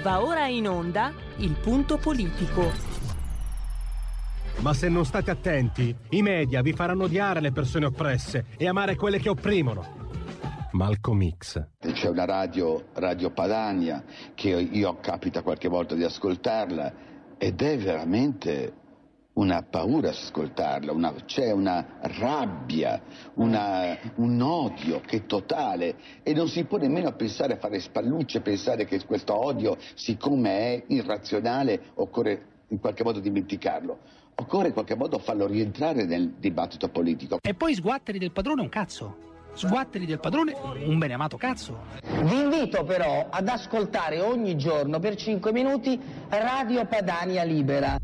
Va ora in onda Il Punto Politico. Ma se non state attenti, i media vi faranno odiare le persone oppresse e amare quelle che opprimono. Malcolm X. C'è una Radio Padania, che io capita qualche volta di ascoltarla, ed è veramente una paura ascoltarla, c'è una rabbia, un odio che è totale, e non si può nemmeno pensare a fare spallucce, pensare che questo odio, siccome è irrazionale, occorre in qualche modo dimenticarlo. Occorre in qualche modo farlo rientrare nel dibattito politico. E poi sguatteri del padrone un cazzo. Sguatteri del padrone un beneamato cazzo. Vi invito però ad ascoltare ogni giorno per 5 minuti Radio Padania Libera.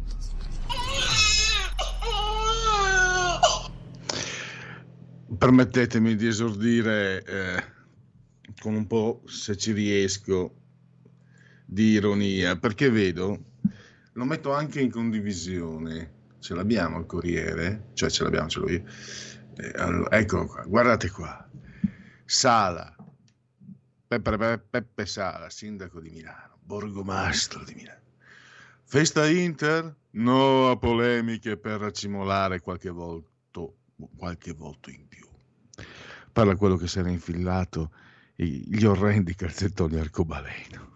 Permettetemi di esordire con un po', se ci riesco, di ironia, perché vedo, lo metto anche in condivisione, ce l'abbiamo il Corriere, cioè ce l'ho io, allora, eccolo qua, guardate qua, Sala, Peppe Sala, sindaco di Milano, borgomastro di Milano, festa Inter, no a polemiche per racimolare qualche volto in più. Parla quello che si era infilato gli orrendi calzettoni arcobaleno.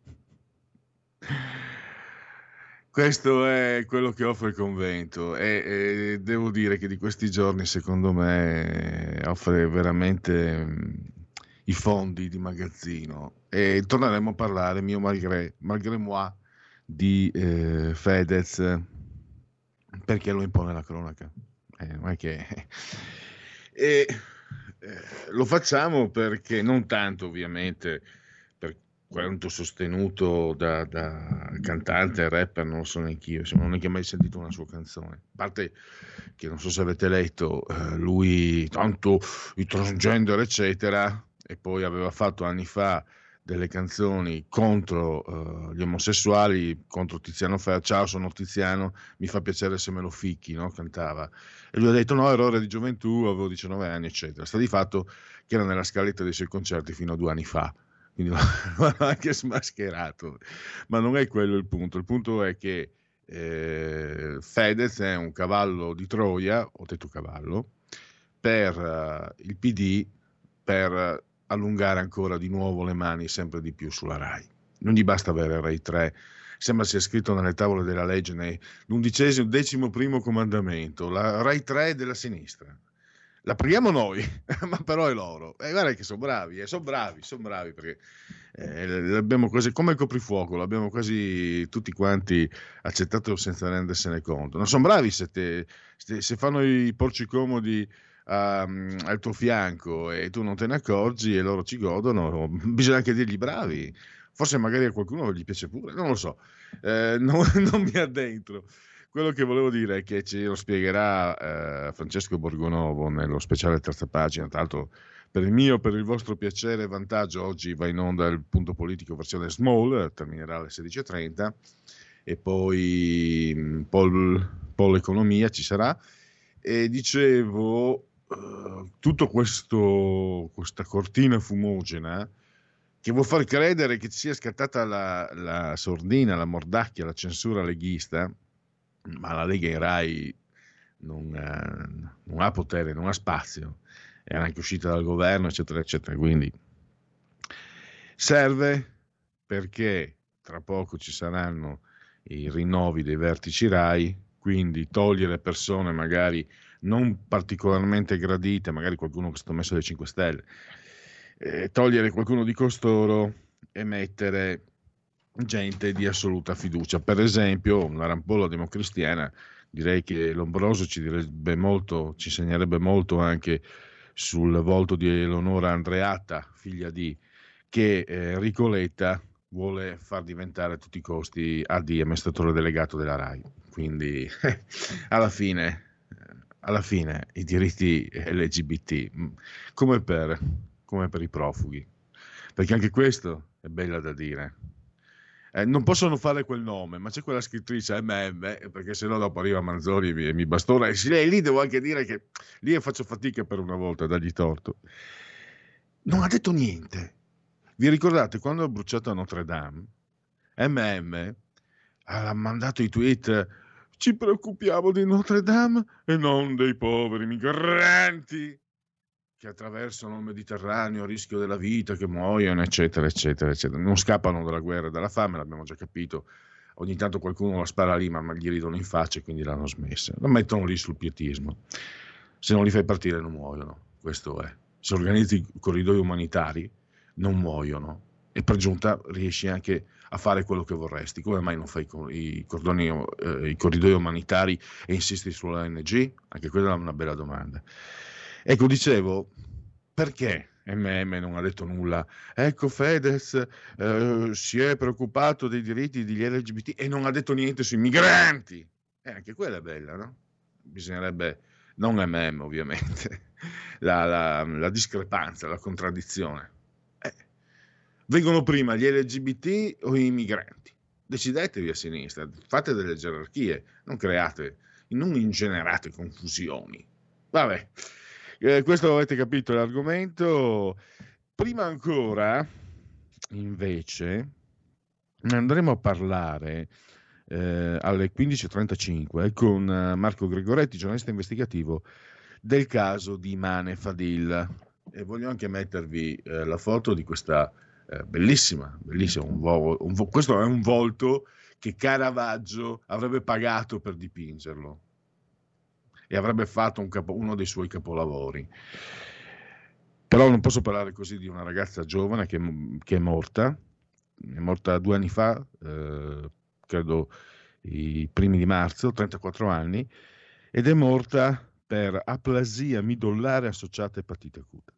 Questo è quello che offre il convento e devo dire che di questi giorni secondo me offre veramente i fondi di magazzino, e torneremo a parlare mio malgré moi di Fedez, perché lo impone la cronaca. Non è che lo facciamo perché non tanto ovviamente per quanto sostenuto da cantante e rapper, non lo so neanch'io, non ho neanche mai sentito una sua canzone, a parte che non so se avete letto, lui tanto i transgender eccetera, e poi aveva fatto anni fa delle canzoni contro gli omosessuali, contro Tiziano Ferro. Ciao, sono Tiziano, mi fa piacere se me lo ficchi, no? Cantava. E lui ha detto no, errore di gioventù, avevo 19 anni, eccetera. Sta di fatto che era nella scaletta dei suoi concerti fino a 2 anni fa, quindi l'ha anche smascherato. Ma non è quello il punto. Il punto è che Fedez è un cavallo di Troia, ho detto cavallo, per il PD, per allungare ancora di nuovo le mani sempre di più sulla Rai. Non gli basta avere Rai 3, sembra sia scritto nelle tavole della legge, l'11° comandamento, la Rai 3 della sinistra. L'apriamo noi, ma però è loro. Guarda che sono bravi, perché l'abbiamo quasi, come il coprifuoco, l'abbiamo quasi tutti quanti accettato senza rendersene conto. Non sono bravi se fanno i porci comodi al tuo fianco e tu non te ne accorgi e loro ci godono, bisogna anche dirgli bravi, forse magari a qualcuno gli piace pure, non lo so, non mi addentro. Quello che volevo dire è che ce lo spiegherà Francesco Borgonovo nello speciale terza pagina. Tra l'altro, per il vostro piacere e vantaggio, oggi va in onda il Punto Politico versione small, terminerà alle 16:30, e poi Pol Economia ci sarà. E dicevo, tutto questa cortina fumogena che vuol far credere che ci sia scattata la sordina, la mordacchia, la censura leghista, ma la Lega in Rai non ha potere, non ha spazio, è anche uscita dal governo, eccetera, eccetera. Quindi serve, perché tra poco ci saranno i rinnovi dei vertici Rai, quindi togliere persone magari non particolarmente gradite, magari qualcuno che è stato messo alle 5 Stelle, togliere qualcuno di costoro e mettere gente di assoluta fiducia. Per esempio, una rampolla democristiana, direi che Lombroso ci insegnerebbe molto anche sul volto di Eleonora Andreatta, figlia di, che Enrico Letta vuole far diventare a tutti i costi AD, amministratore delegato della Rai. Quindi alla fine i diritti LGBT come per i profughi, perché anche questo è bella da dire. Non possono fare quel nome, ma c'è quella scrittrice perché sennò dopo arriva Manzoni e mi bastona, e lì devo anche dire che lì faccio fatica per una volta a dargli torto. Non ha detto niente. Vi ricordate quando ha bruciato a Notre Dame? ha mandato i tweet: ci preoccupiamo di Notre Dame e non dei poveri migranti che attraversano il Mediterraneo a rischio della vita, che muoiono, eccetera, eccetera, eccetera. Non scappano dalla guerra e dalla fame, l'abbiamo già capito. Ogni tanto qualcuno la spara lì, ma gli ridono in faccia e quindi l'hanno smessa. La mettono lì sul pietismo. Se non li fai partire non muoiono, questo è. Se organizzi corridoi umanitari non muoiono e per giunta riesci anche a fare quello che vorresti. Come mai non fai i corridoi umanitari e insisti sulla ONG? Anche quella è una bella domanda. Ecco, dicevo, perché non ha detto nulla? Ecco, Fedez si è preoccupato dei diritti degli LGBT e non ha detto niente sui migranti. Anche quella è bella, no? Bisognerebbe, non ovviamente, la discrepanza, la contraddizione. Vengono prima gli LGBT o i migranti? Decidetevi a sinistra, fate delle gerarchie, non ingenerate confusioni. Vabbè. Questo avete capito l'argomento. Prima ancora, invece, andremo a parlare alle 15.35 con Marco Gregoretti, giornalista investigativo del caso di Mane Fadil. E voglio anche mettervi la foto di questa bellissima, questo è un volto che Caravaggio avrebbe pagato per dipingerlo e avrebbe fatto uno dei suoi capolavori. Però non posso parlare così di una ragazza giovane che è morta 2 anni fa, credo i primi di marzo, 34 anni, ed è morta per aplasia midollare associata a epatite acuta.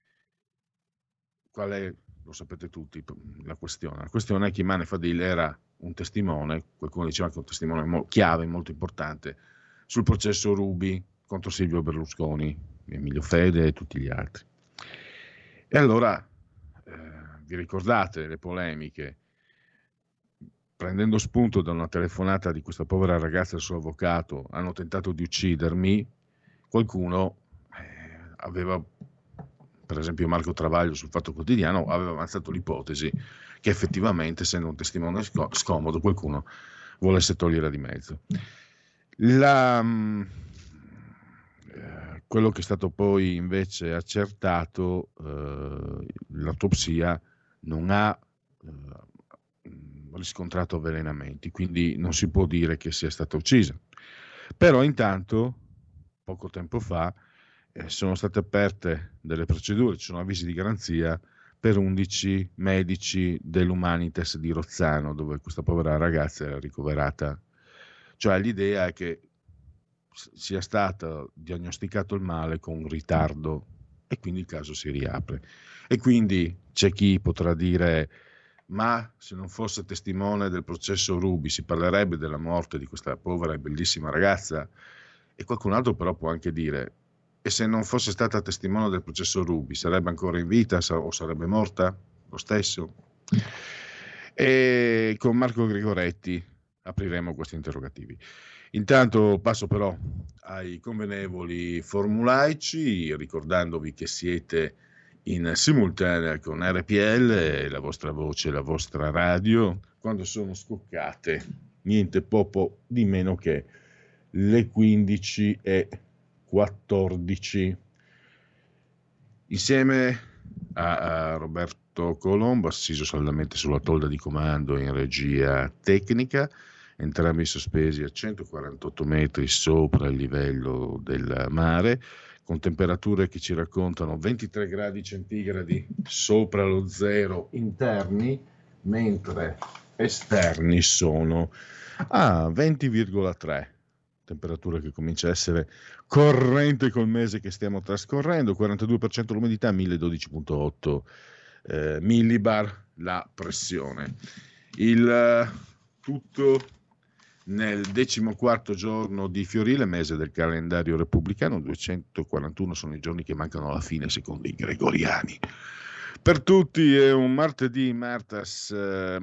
Qual è? Lo sapete tutti la questione. La questione è che Mane Fadil era un testimone, qualcuno diceva che un testimone chiave, molto importante, sul processo Ruby contro Silvio Berlusconi, Emilio Fede e tutti gli altri. E allora vi ricordate le polemiche? Prendendo spunto da una telefonata di questa povera ragazza al suo avvocato, hanno tentato di uccidermi, qualcuno aveva, per esempio Marco Travaglio sul Fatto Quotidiano, aveva avanzato l'ipotesi che effettivamente, essendo un testimone scomodo, qualcuno volesse togliere di mezzo. Quello che è stato poi invece accertato, l'autopsia non ha riscontrato avvelenamenti, quindi non si può dire che sia stata uccisa. Però intanto, poco tempo fa, sono state aperte delle procedure, ci sono avvisi di garanzia per 11 medici dell'Humanitas di Rozzano, dove questa povera ragazza era ricoverata. Cioè l'idea è che sia stato diagnosticato il male con ritardo e quindi il caso si riapre. E quindi c'è chi potrà dire: ma se non fosse testimone del processo Ruby si parlerebbe della morte di questa povera e bellissima ragazza? E qualcun altro però può anche dire: e se non fosse stata testimone del processo Ruby sarebbe ancora in vita o sarebbe morta lo stesso? E con Marco Gregoretti apriremo questi interrogativi. Intanto passo però ai convenevoli formulaici, ricordandovi che siete in simultanea con RPL, la vostra voce, la vostra radio, quando sono scoccate niente poco di meno che le 15:14. Insieme a Roberto Colombo, assiso saldamente sulla tolda di comando in regia tecnica, entrambi sospesi a 148 metri sopra il livello del mare, con temperature che ci raccontano 23 gradi centigradi sopra lo zero interni, mentre esterni sono a 20,3. Temperatura che comincia a essere corrente col mese che stiamo trascorrendo, 42% l'umidità, 1012,8 millibar la pressione. Il tutto nel 14° giorno di Fiorile, mese del calendario repubblicano. 241 sono i giorni che mancano alla fine secondo i gregoriani. Per tutti è un martedì, martis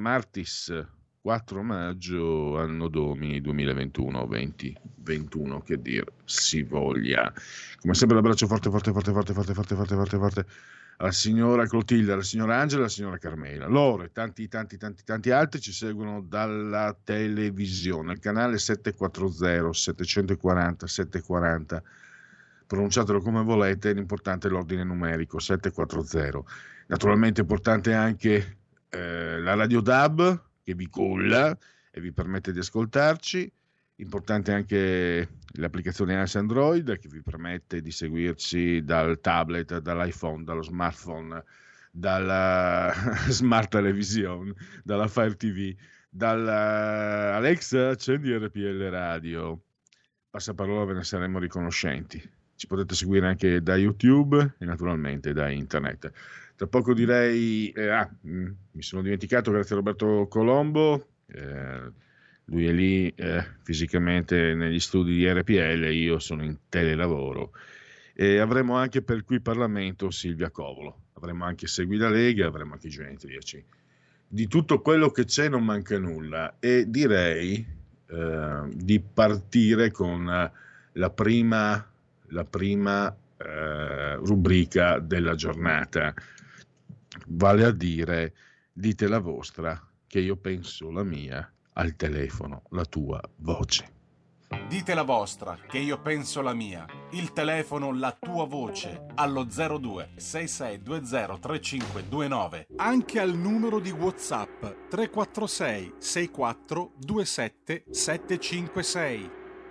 4 maggio, anno domini 2021, che dir si voglia. Come sempre l'abbraccio forte alla signora Clotilde, alla signora Angela, alla signora Carmela. Loro e tanti altri ci seguono dalla televisione, il canale 740, 740, 740, pronunciatelo come volete, l'importante è l'ordine numerico, 740. Naturalmente è importante anche la Radio DAB, che vi culla e vi permette di ascoltarci. Importante anche l'applicazione iOS Android, che vi permette di seguirci dal tablet, dall'iPhone, dallo smartphone, dalla smart television, dalla Fire TV, dalla Alexa, accendi RPL Radio. Passaparola, ve ne saremo riconoscenti. Ci potete seguire anche da YouTube e naturalmente da internet. Tra poco direi, mi sono dimenticato, grazie a Roberto Colombo, lui è lì fisicamente negli studi di RPL, io sono in telelavoro, e avremo anche per Qui Parlamento Silvia Covolo, avremo anche Segui la Lega, avremo anche Genetriaci. Di tutto quello che c'è non manca nulla, e direi di partire con la prima rubrica della giornata, vale a dire dite la vostra che io penso la mia, al telefono la tua voce. Dite la vostra che io penso la mia, il telefono la tua voce allo 02 6620 3529, anche al numero di WhatsApp 346 64 27 756.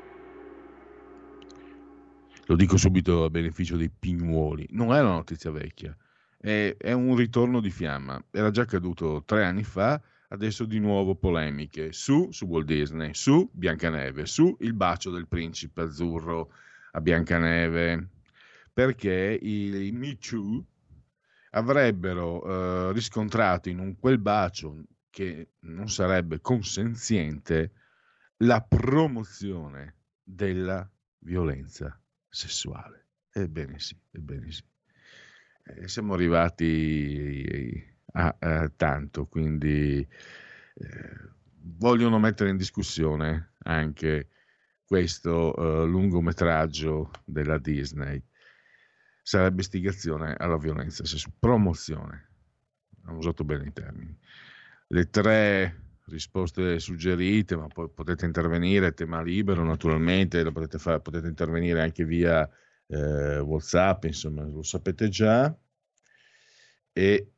Lo dico subito a beneficio dei pignuoli, non è una notizia vecchia, è un ritorno di fiamma, era già accaduto 3 anni fa, adesso di nuovo polemiche su Walt Disney, su Biancaneve, su il bacio del principe azzurro a Biancaneve, perché i Me Too avrebbero riscontrato in quel bacio, che non sarebbe consenziente, la promozione della violenza sessuale. Ebbene sì. Siamo arrivati a tanto, quindi vogliono mettere in discussione anche questo lungometraggio della Disney. Sarebbe istigazione alla violenza sessuale, promozione, ho usato bene i termini. Le 3 risposte suggerite, ma poi potete intervenire, tema libero naturalmente, lo potete intervenire anche via WhatsApp, insomma lo sapete già. E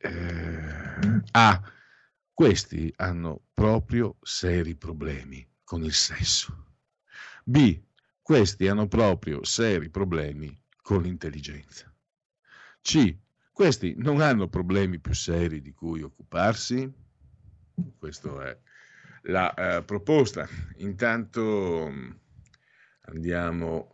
questi hanno proprio seri problemi con il sesso. B, questi hanno proprio seri problemi con l'intelligenza. C, questi non hanno problemi più seri di cui occuparsi. Questa è la proposta. Intanto andiamo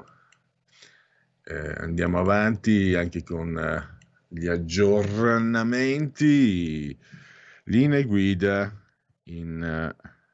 avanti anche con gli aggiornamenti, linee guida in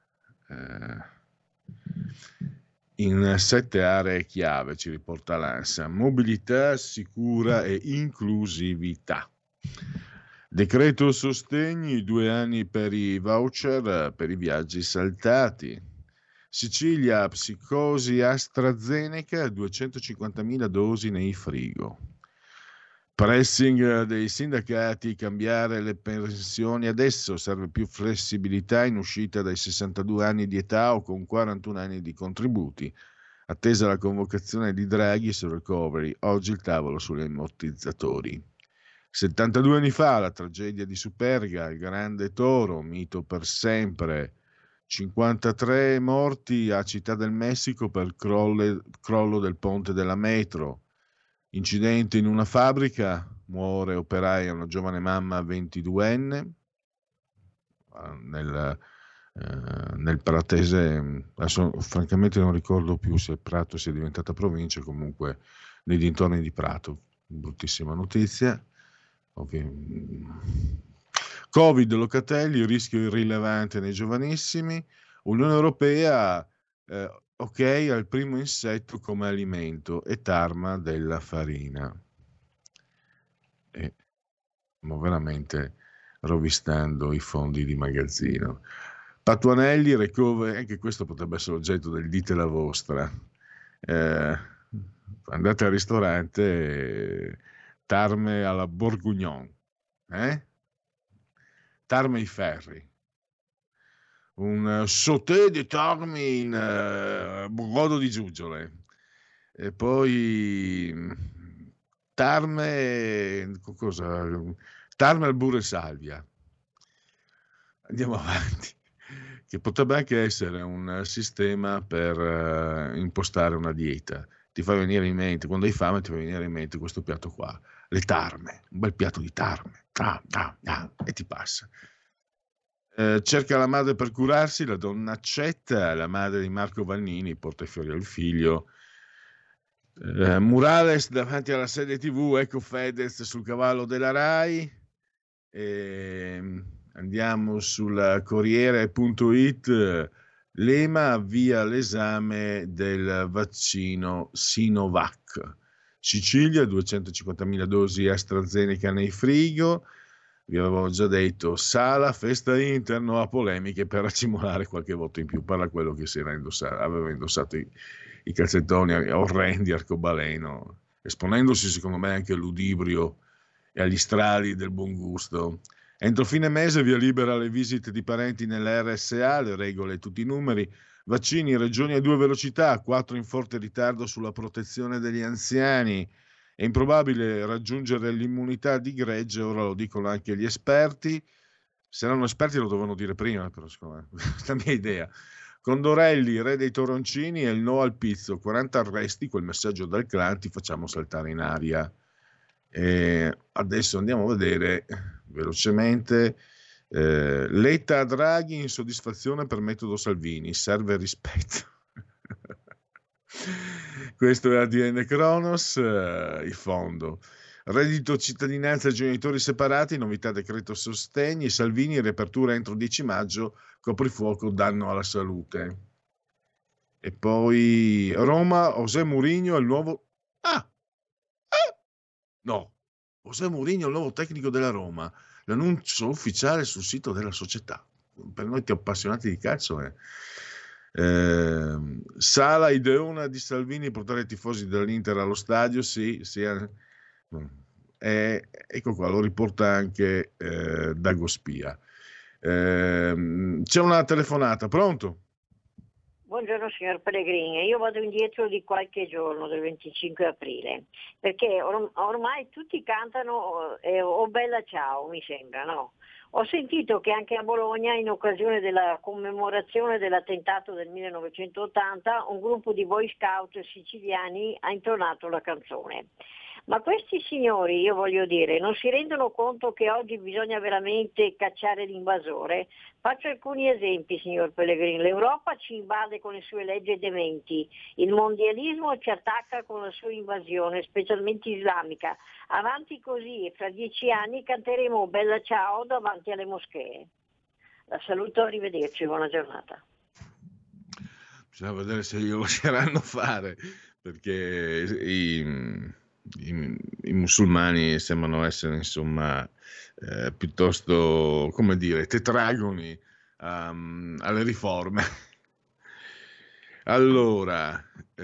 7 aree chiave, ci riporta l'ANSA: mobilità sicura e inclusività. Decreto sostegni, 2 anni per i voucher per i viaggi saltati. Sicilia, psicosi AstraZeneca, 250.000 dosi nei frigo. Pressing dei sindacati, cambiare le pensioni adesso, serve più flessibilità in uscita dai 62 anni di età o con 41 anni di contributi. Attesa la convocazione di Draghi sul recovery, oggi il tavolo sugli ammortizzatori. 72 anni fa la tragedia di Superga, il grande toro, mito per sempre. 53 morti a Città del Messico per crollo del ponte della metro. Incidente in una fabbrica, muore operaia, una giovane mamma 22enne. Nel Pratese, adesso francamente non ricordo più se Prato sia diventata provincia, comunque nei dintorni di Prato. Bruttissima notizia. Covid, Locatelli, rischio irrilevante nei giovanissimi. Unione Europea, ok al primo insetto come alimento e tarma della farina. Stiamo veramente rovistando i fondi di magazzino. Patuanelli, recovery, anche questo potrebbe essere oggetto del dite la vostra. Andate al ristorante, tarme alla bourguignon, Tarme ai ferri, un sauté di tarme in brodo di giuggiole, e poi tarme al burro e salvia. Andiamo avanti, che potrebbe anche essere un sistema per impostare una dieta. Ti fa venire in mente, quando hai fame ti fa venire in mente questo piatto qua, le tarme, un bel piatto di tarme, e ti passa. Cerca la madre per curarsi, la donna accetta, la madre di Marco Vannini porta i fiori al figlio. Murales davanti alla serie TV, ecco Fedez sul cavallo della Rai. Andiamo sul Corriere.it. L'EMA avvia l'esame del vaccino Sinovac. Sicilia, 250.000 dosi AstraZeneca nei frigo. Vi avevo già detto, Sala, festa Inter, no a polemiche per accumulare qualche voto in più. Parla quello che aveva indossato i calzettoni orrendi arcobaleno, esponendosi secondo me anche al ludibrio e agli strali del buon gusto. Entro fine mese via libera alle visite di parenti nelle RSA, le regole e tutti i numeri, vaccini, regioni a 2 velocità, 4 in forte ritardo sulla protezione degli anziani. È improbabile raggiungere l'immunità di gregge, ora lo dicono anche gli esperti. Se erano esperti lo dovevano dire prima, però secondo me, questa mia idea. Condorelli, re dei toroncini e il no al pizzo, 40 arresti, quel messaggio dal clan, ti facciamo saltare in aria. E adesso andiamo a vedere velocemente Letta a Draghi, insoddisfazione per metodo Salvini, serve rispetto. Questo è ADN Cronos. Il fondo reddito cittadinanza ai genitori separati, novità decreto sostegni, Salvini riapertura entro 10 maggio, coprifuoco danno alla salute. E poi Roma, José Mourinho è il nuovo José Mourinho è il nuovo tecnico della Roma, l'annuncio ufficiale sul sito della società. Per noi appassionati di calcio Sala, ideona di Salvini portare i tifosi dell'Inter allo stadio, sì, ecco qua, lo riporta anche Dagospia. C'è una telefonata, pronto? Buongiorno signor Pellegrini, io vado indietro di qualche giorno, del 25 aprile, perché ormai tutti cantano "Oh bella ciao", mi sembra, no? Ho sentito che anche a Bologna, in occasione della commemorazione dell'attentato del 1980, un gruppo di boy scout siciliani ha intonato la canzone. Ma questi signori, io voglio dire, non si rendono conto che oggi bisogna veramente cacciare l'invasore? Faccio alcuni esempi, signor Pellegrini. L'Europa ci invade con le sue leggi dementi, il mondialismo ci attacca con la sua invasione, specialmente islamica. Avanti così e fra 10 anni canteremo "Bella ciao" davanti alle moschee. La saluto, arrivederci, buona giornata. Bisogna vedere se glielo lasceranno fare, perché i musulmani sembrano essere, insomma, piuttosto, come dire, tetragoni alle riforme. Allora,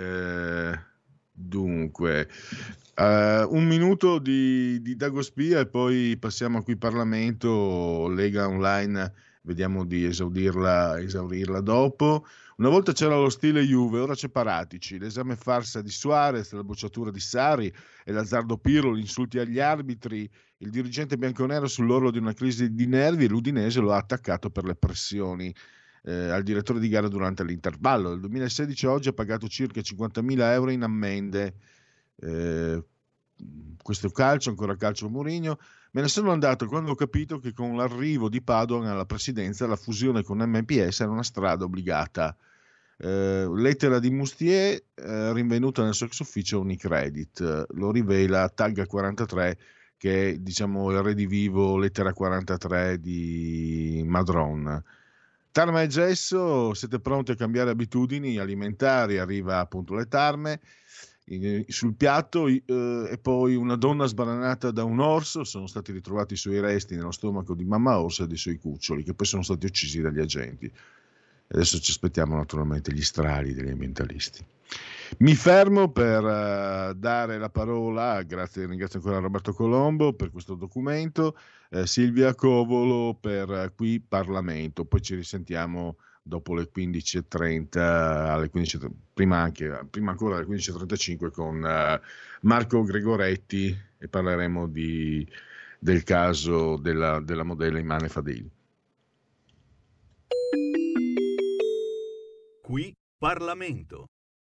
dunque, un minuto di Dagospia e poi passiamo a qui Parlamento, Lega Online, vediamo di esaurirla dopo. Una volta c'era lo stile Juve, ora c'è Paratici, l'esame farsa di Suarez, la bocciatura di Sarri e l'azzardo Pirlo, gli insulti agli arbitri, il dirigente bianconero sull'orlo di una crisi di nervi e l'Udinese lo ha attaccato per le pressioni al direttore di gara durante l'intervallo. Dal 2016 a oggi ha pagato circa 50.000 euro in ammende. Questo calcio, ancora calcio Mourinho. Me ne sono andato quando ho capito che con l'arrivo di Padoan alla presidenza la fusione con MPS era una strada obbligata. Lettera di Mustier rinvenuta nel suo ex ufficio Unicredit, lo rivela Tagga 43, che è, diciamo, il redivivo lettera 43 di Madron. Tarme e gesso, siete pronti a cambiare abitudini alimentari? Arriva appunto le tarme sul piatto e poi una donna sbananata da un orso. Sono stati ritrovati i suoi resti nello stomaco di mamma orsa e dei suoi cuccioli, che poi sono stati uccisi dagli agenti. Adesso ci aspettiamo naturalmente gli strali degli ambientalisti. Mi fermo per dare la parola, ringrazio ancora Roberto Colombo per questo documento, Silvia Covolo per Qui Parlamento, poi ci risentiamo dopo le 15.30, prima ancora alle 15.35 con Marco Gregoretti e parleremo del caso della modella Imane Fadil. Qui Parlamento.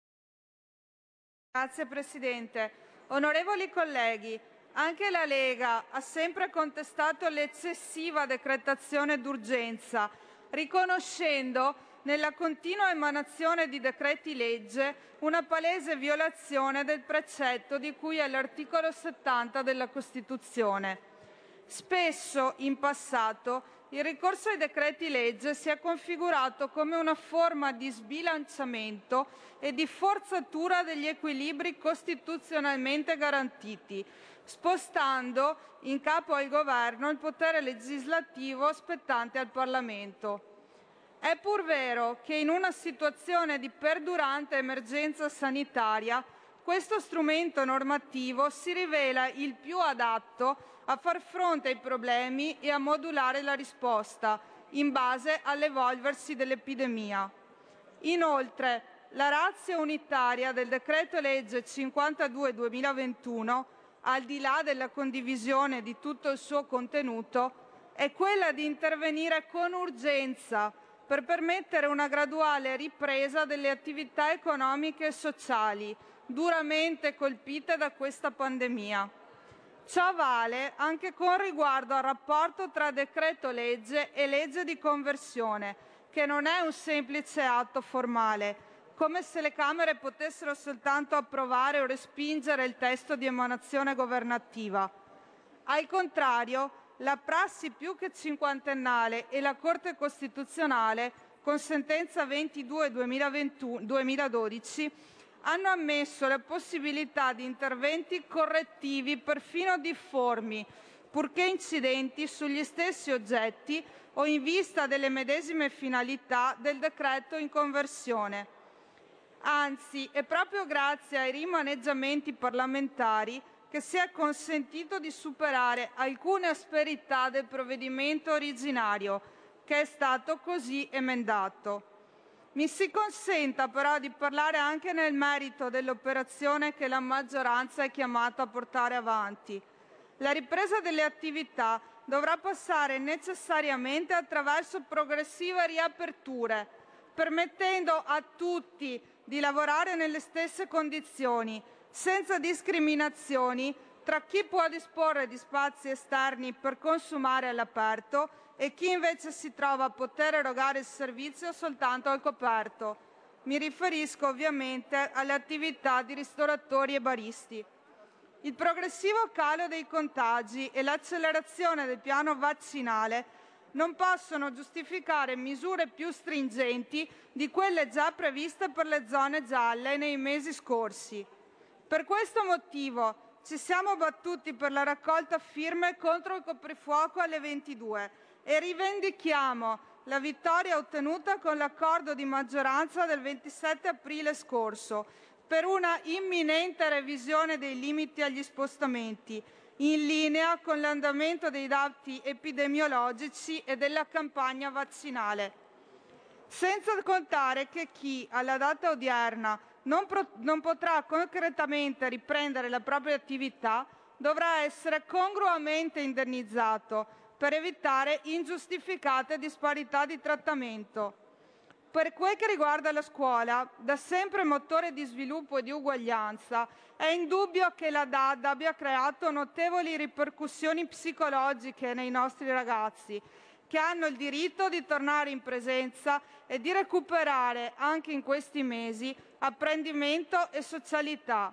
Grazie Presidente. Onorevoli colleghi, anche la Lega ha sempre contestato l'eccessiva decretazione d'urgenza, riconoscendo nella continua emanazione di decreti legge una palese violazione del precetto di cui è l'articolo 70 della Costituzione. Spesso in passato il ricorso ai decreti legge si è configurato come una forma di sbilanciamento e di forzatura degli equilibri costituzionalmente garantiti, spostando in capo al Governo il potere legislativo spettante al Parlamento. È pur vero che in una situazione di perdurante emergenza sanitaria questo strumento normativo si rivela il più adatto a far fronte ai problemi e a modulare la risposta in base all'evolversi dell'epidemia. Inoltre, la ratio unitaria del decreto-legge 52/2021, al di là della condivisione di tutto il suo contenuto, è quella di intervenire con urgenza per permettere una graduale ripresa delle attività economiche e sociali duramente colpite da questa pandemia. Ciò vale anche con riguardo al rapporto tra decreto-legge e legge di conversione, che non è un semplice atto formale, come se le Camere potessero soltanto approvare o respingere il testo di emanazione governativa. Al contrario, la prassi più che cinquantennale e la Corte Costituzionale, con sentenza 22/2012, hanno ammesso la possibilità di interventi correttivi perfino difformi, purché incidenti sugli stessi oggetti o in vista delle medesime finalità del decreto in conversione. Anzi, è proprio grazie ai rimaneggiamenti parlamentari che si è consentito di superare alcune asperità del provvedimento originario, che è stato così emendato. Mi si consenta però di parlare anche nel merito dell'operazione che la maggioranza è chiamata a portare avanti. La ripresa delle attività dovrà passare necessariamente attraverso progressive riaperture, permettendo a tutti di lavorare nelle stesse condizioni, senza discriminazioni tra chi può disporre di spazi esterni per consumare all'aperto e chi invece si trova a poter erogare il servizio soltanto al coperto. Mi riferisco ovviamente alle attività di ristoratori e baristi. Il progressivo calo dei contagi e l'accelerazione del piano vaccinale non possono giustificare misure più stringenti di quelle già previste per le zone gialle nei mesi scorsi. Per questo motivo ci siamo battuti per la raccolta firme contro il coprifuoco alle 22 e rivendichiamo la vittoria ottenuta con l'accordo di maggioranza del 27 aprile scorso per una imminente revisione dei limiti agli spostamenti, in linea con l'andamento dei dati epidemiologici e della campagna vaccinale. Senza contare che chi, alla data odierna, non potrà concretamente riprendere la propria attività dovrà essere congruamente indennizzato per evitare ingiustificate disparità di trattamento. Per quel che riguarda la scuola, da sempre motore di sviluppo e di uguaglianza, è indubbio che la DAD abbia creato notevoli ripercussioni psicologiche nei nostri ragazzi, che hanno il diritto di tornare in presenza e di recuperare, anche in questi mesi, apprendimento e socialità.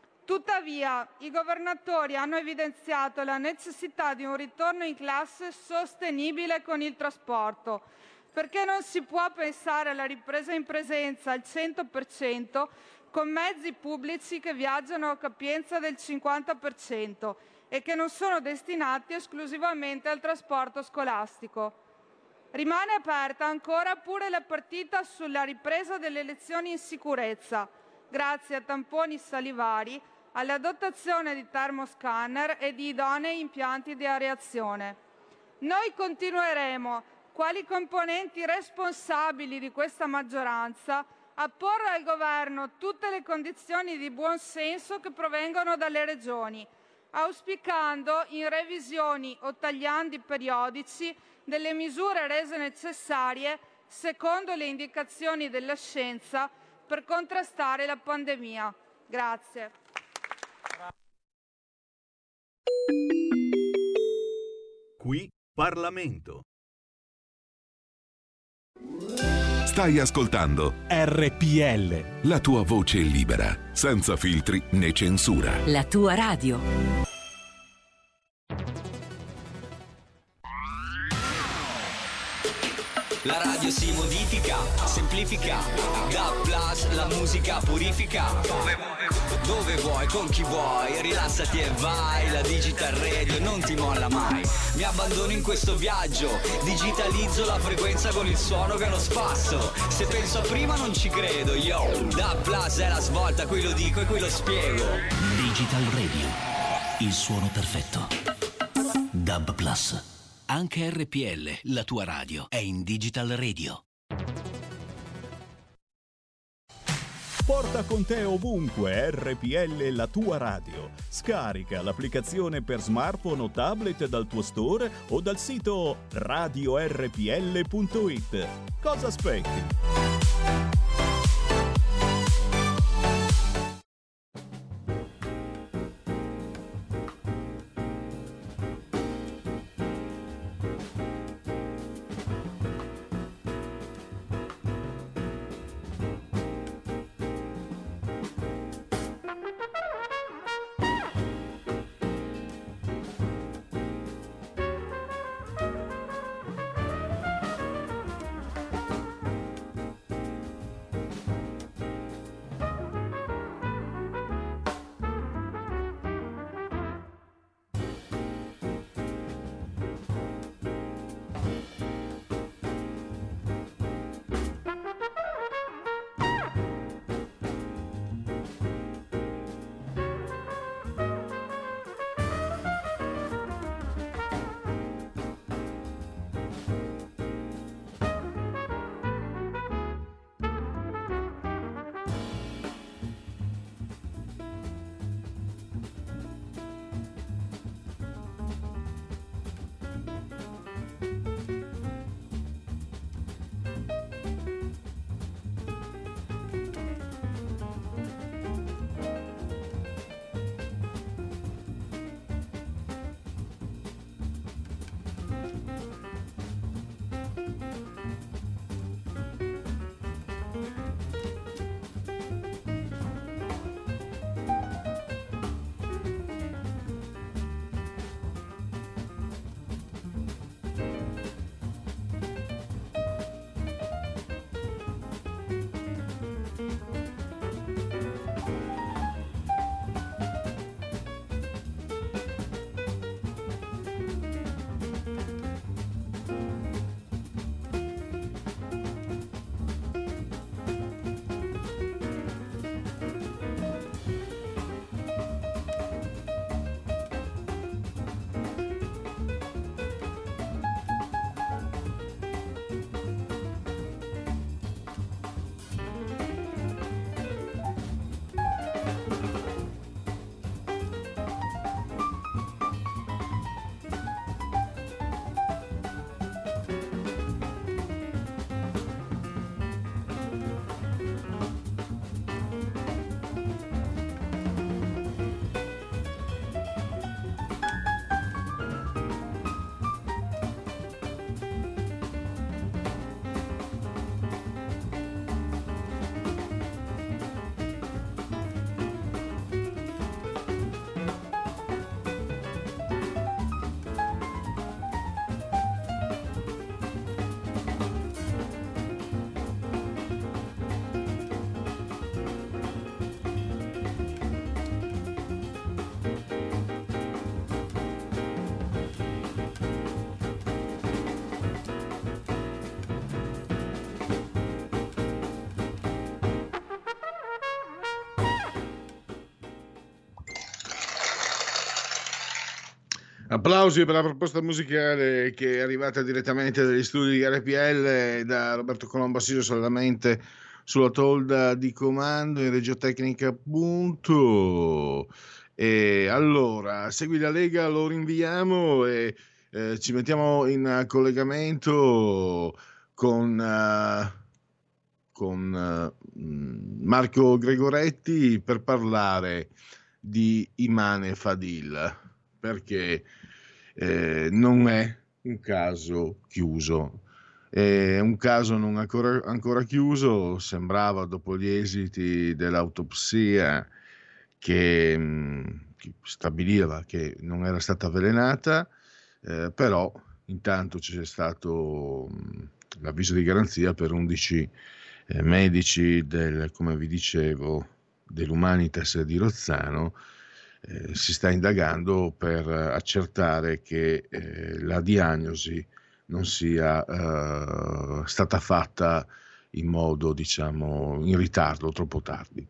Tuttavia, i governatori hanno evidenziato la necessità di un ritorno in classe sostenibile con il trasporto, perché non si può pensare alla ripresa in presenza al 100% con mezzi pubblici che viaggiano a capienza del 50% e che non sono destinati esclusivamente al trasporto scolastico. Rimane aperta ancora pure la partita sulla ripresa delle lezioni in sicurezza, grazie a tamponi salivari, alla dotazione di termoscanner e di idonei impianti di areazione. Noi continueremo, quali componenti responsabili di questa maggioranza, a porre al Governo tutte le condizioni di buon senso che provengono dalle regioni, auspicando in revisioni o tagliandi periodici delle misure rese necessarie secondo le indicazioni della scienza per contrastare la pandemia. Grazie. Qui Parlamento. Stai ascoltando RPL. La tua voce libera, senza filtri né censura. La tua radio. La radio si modifica, semplifica, da plus la musica purifica. Dove vuoi, con chi vuoi, rilassati e vai. La Digital Radio non ti molla mai. Mi abbandono in questo viaggio, digitalizzo la frequenza con il suono che non spasso. Se penso a prima non ci credo, yo. Da plus è la svolta, qui lo dico e qui lo spiego. Digital Radio, il suono perfetto. DAB Plus. Anche RPL, la tua radio, è in Digital Radio. Porta con te ovunque RPL, la tua radio. Scarica l'applicazione per smartphone o tablet dal tuo store o dal sito radiorpl.it. Cosa aspetti? Applausi per la proposta musicale che è arrivata direttamente dagli studi di RPL da Roberto Colombo, assiso solamente sulla tolda di comando in regia tecnica, appunto. E allora, segui la Lega, lo rinviamo e ci mettiamo in collegamento con Marco Gregoretti per parlare di Imane Fadil, perché non è un caso chiuso. È un caso non ancora chiuso. Sembrava, dopo gli esiti dell'autopsia che stabiliva che non era stata avvelenata, però intanto c'è stato l'avviso di garanzia per 11 medici come vi dicevo, dell'Humanitas di Rozzano. Si sta indagando per accertare che la diagnosi non sia stata fatta in modo, diciamo, in ritardo, troppo tardi.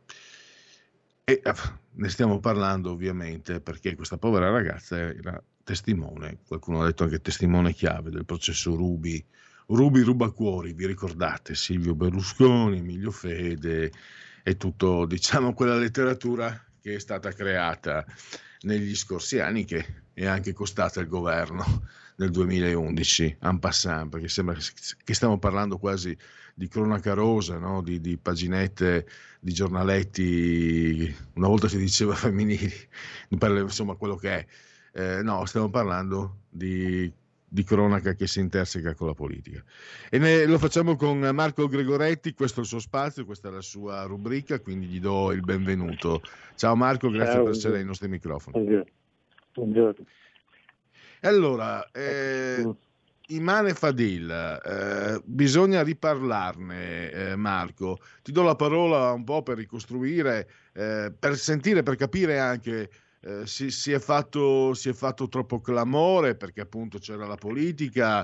E ne stiamo parlando ovviamente perché questa povera ragazza era testimone, qualcuno ha detto anche testimone chiave del processo Ruby Rubacuori, vi ricordate? Silvio Berlusconi, Emilio Fede e tutto, diciamo, quella letteratura che è stata creata negli scorsi anni, che è anche costata il governo nel 2011, en passant, perché sembra che stiamo parlando quasi di cronaca rosa, no? Di paginette di giornaletti, una volta si diceva femminili, insomma quello che è. No, stiamo parlando di cronaca che si interseca con la politica. E lo facciamo con Marco Gregoretti, questo è il suo spazio, questa è la sua rubrica, quindi gli do il benvenuto. Ciao Marco, grazie per essere ai nostri microfoni. Buongiorno. Allora, Imane Fadil, bisogna riparlarne, Marco. Ti do la parola un po' per ricostruire, per sentire, per capire anche. Si è fatto troppo clamore perché appunto c'era la politica,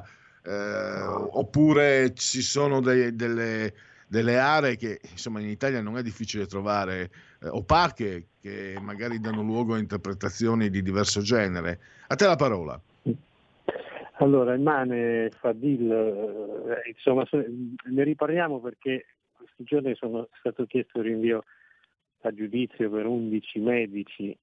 oppure ci sono delle aree che insomma in Italia non è difficile trovare, opache, che magari danno luogo a interpretazioni di diverso genere. A te la parola. Allora, Imane Fadil, insomma, ne riparliamo perché questi giorni sono stato chiesto il rinvio a giudizio per 11 medici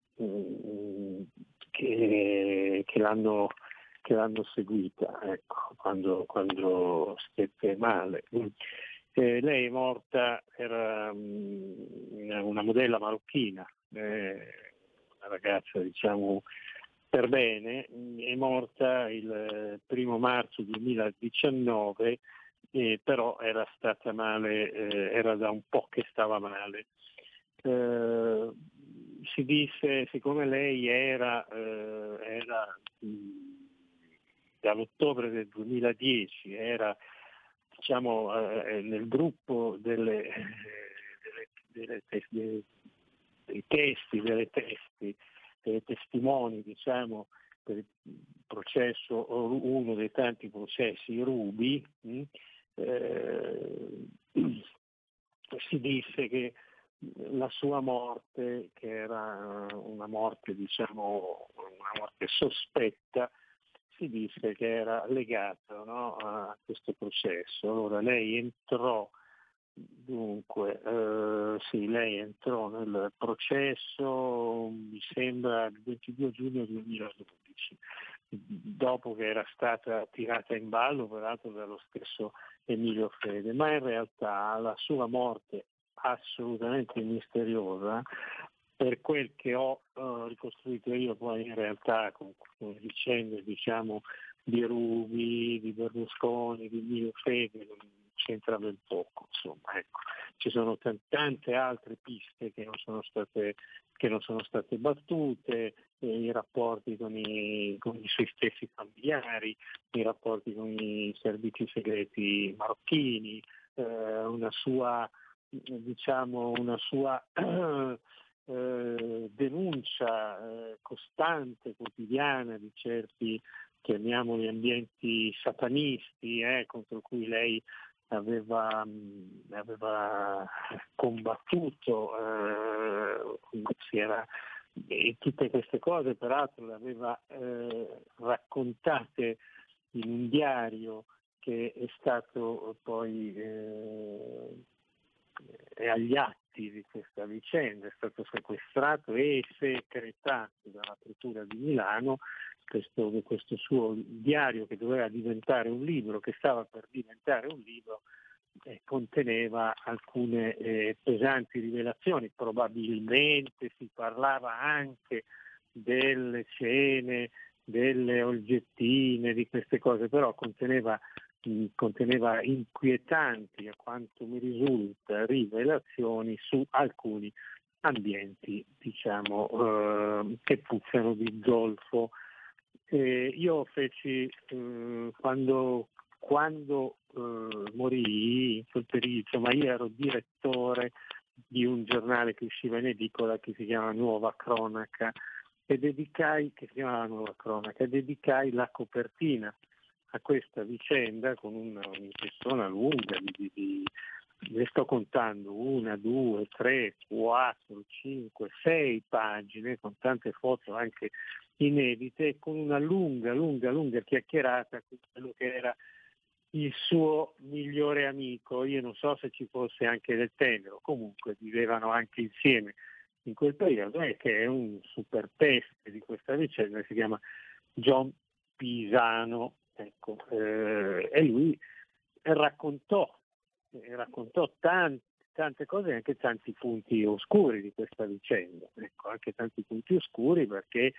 che l'hanno seguita, ecco, quando stette male. Lei è morta, era una modella marocchina, una ragazza, diciamo, per bene, è morta il 1 marzo 2019, però era stata male, era da un po' che stava male. Si disse, siccome lei era dall'ottobre del 2010, era, diciamo, nel gruppo dei testimoni, diciamo, per il processo, uno dei tanti processi Ruby, si disse che la sua morte, che era una morte, diciamo, una morte sospetta, si disse che era legata, no, a questo processo. Allora lei entrò nel processo, mi sembra, il 22 giugno 2012, dopo che era stata tirata in ballo peraltro dallo stesso Emilio Fede, ma in realtà la sua morte assolutamente misteriosa, per quel che ho ricostruito io poi in realtà con vicende, diciamo, di Ruby, di Berlusconi, di Emilio Fede, non c'entra ben poco, insomma, ecco. Ci sono tante altre piste che non sono state battute, i rapporti con i suoi stessi familiari, i rapporti con i servizi segreti marocchini, una sua denuncia costante, quotidiana di certi, chiamiamoli, ambienti satanisti, contro cui lei aveva combattuto, si era E tutte queste cose peraltro le aveva raccontate in un diario che è stato poi è agli atti di questa vicenda, è stato sequestrato e secretato dalla Procura di Milano questo suo diario che doveva diventare un libro, che stava per diventare un libro, conteneva alcune pesanti rivelazioni. Probabilmente si parlava anche delle cene, delle olgettine, di queste cose, però conteneva inquietanti, a quanto mi risulta, rivelazioni su alcuni ambienti, diciamo, che puzzano di zolfo. Io feci, quando morì, in quel periodo, insomma, io ero direttore di un giornale che usciva in edicola che si chiama Nuova Cronaca, e dedicai la copertina a questa vicenda con un'impostona lunga ne sto contando 1, 2, 3, 4, 5, 6 pagine con tante foto anche inedite, con una lunga chiacchierata con quello che era il suo migliore amico. Io non so se ci fosse anche del tenero, comunque vivevano anche insieme in quel periodo, che è un superpeste di questa vicenda, si chiama John Pisano, ecco, e lui raccontò tante cose e anche tanti punti oscuri di questa vicenda, ecco, anche tanti punti oscuri perché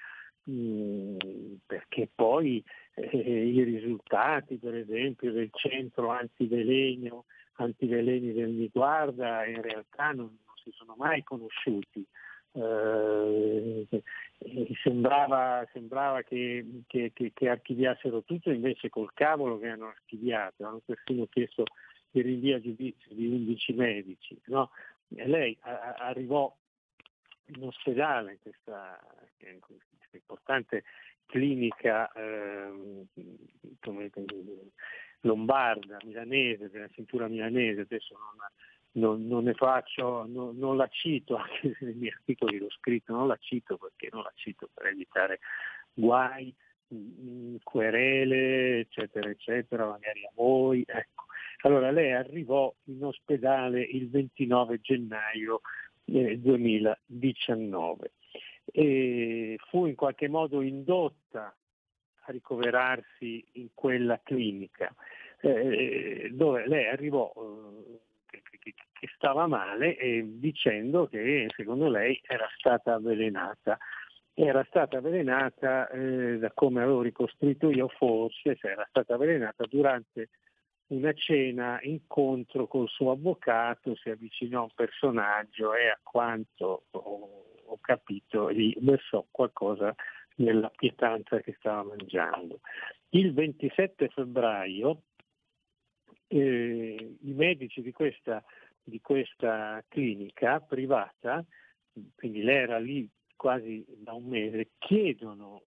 poi i risultati, per esempio, del centro antiveleni del Niguarda in realtà non si sono mai conosciuti. Sembrava che archiviassero tutto, invece col cavolo che hanno archiviato, hanno persino chiesto il rinvio a giudizio di 11 medici, no? E lei arrivò in ospedale in questa importante clinica lombarda, milanese, della cintura milanese. Adesso non ne faccio, non la cito, anche se nei miei articoli l'ho scritto, non la cito per evitare guai, querele, eccetera, eccetera, magari a voi, ecco. Allora lei arrivò in ospedale il 29 gennaio 2019 e fu in qualche modo indotta a ricoverarsi in quella clinica, dove lei arrivò che stava male, dicendo che secondo lei era stata avvelenata. Era stata avvelenata, da come avevo ricostruito io, forse era stata avvelenata durante una cena, incontro col suo avvocato, si avvicinò a un personaggio e, a quanto ho capito, gli versò qualcosa nella pietanza che stava mangiando. Il 27 febbraio i medici di questa clinica privata, quindi lei era lì quasi da un mese, chiedono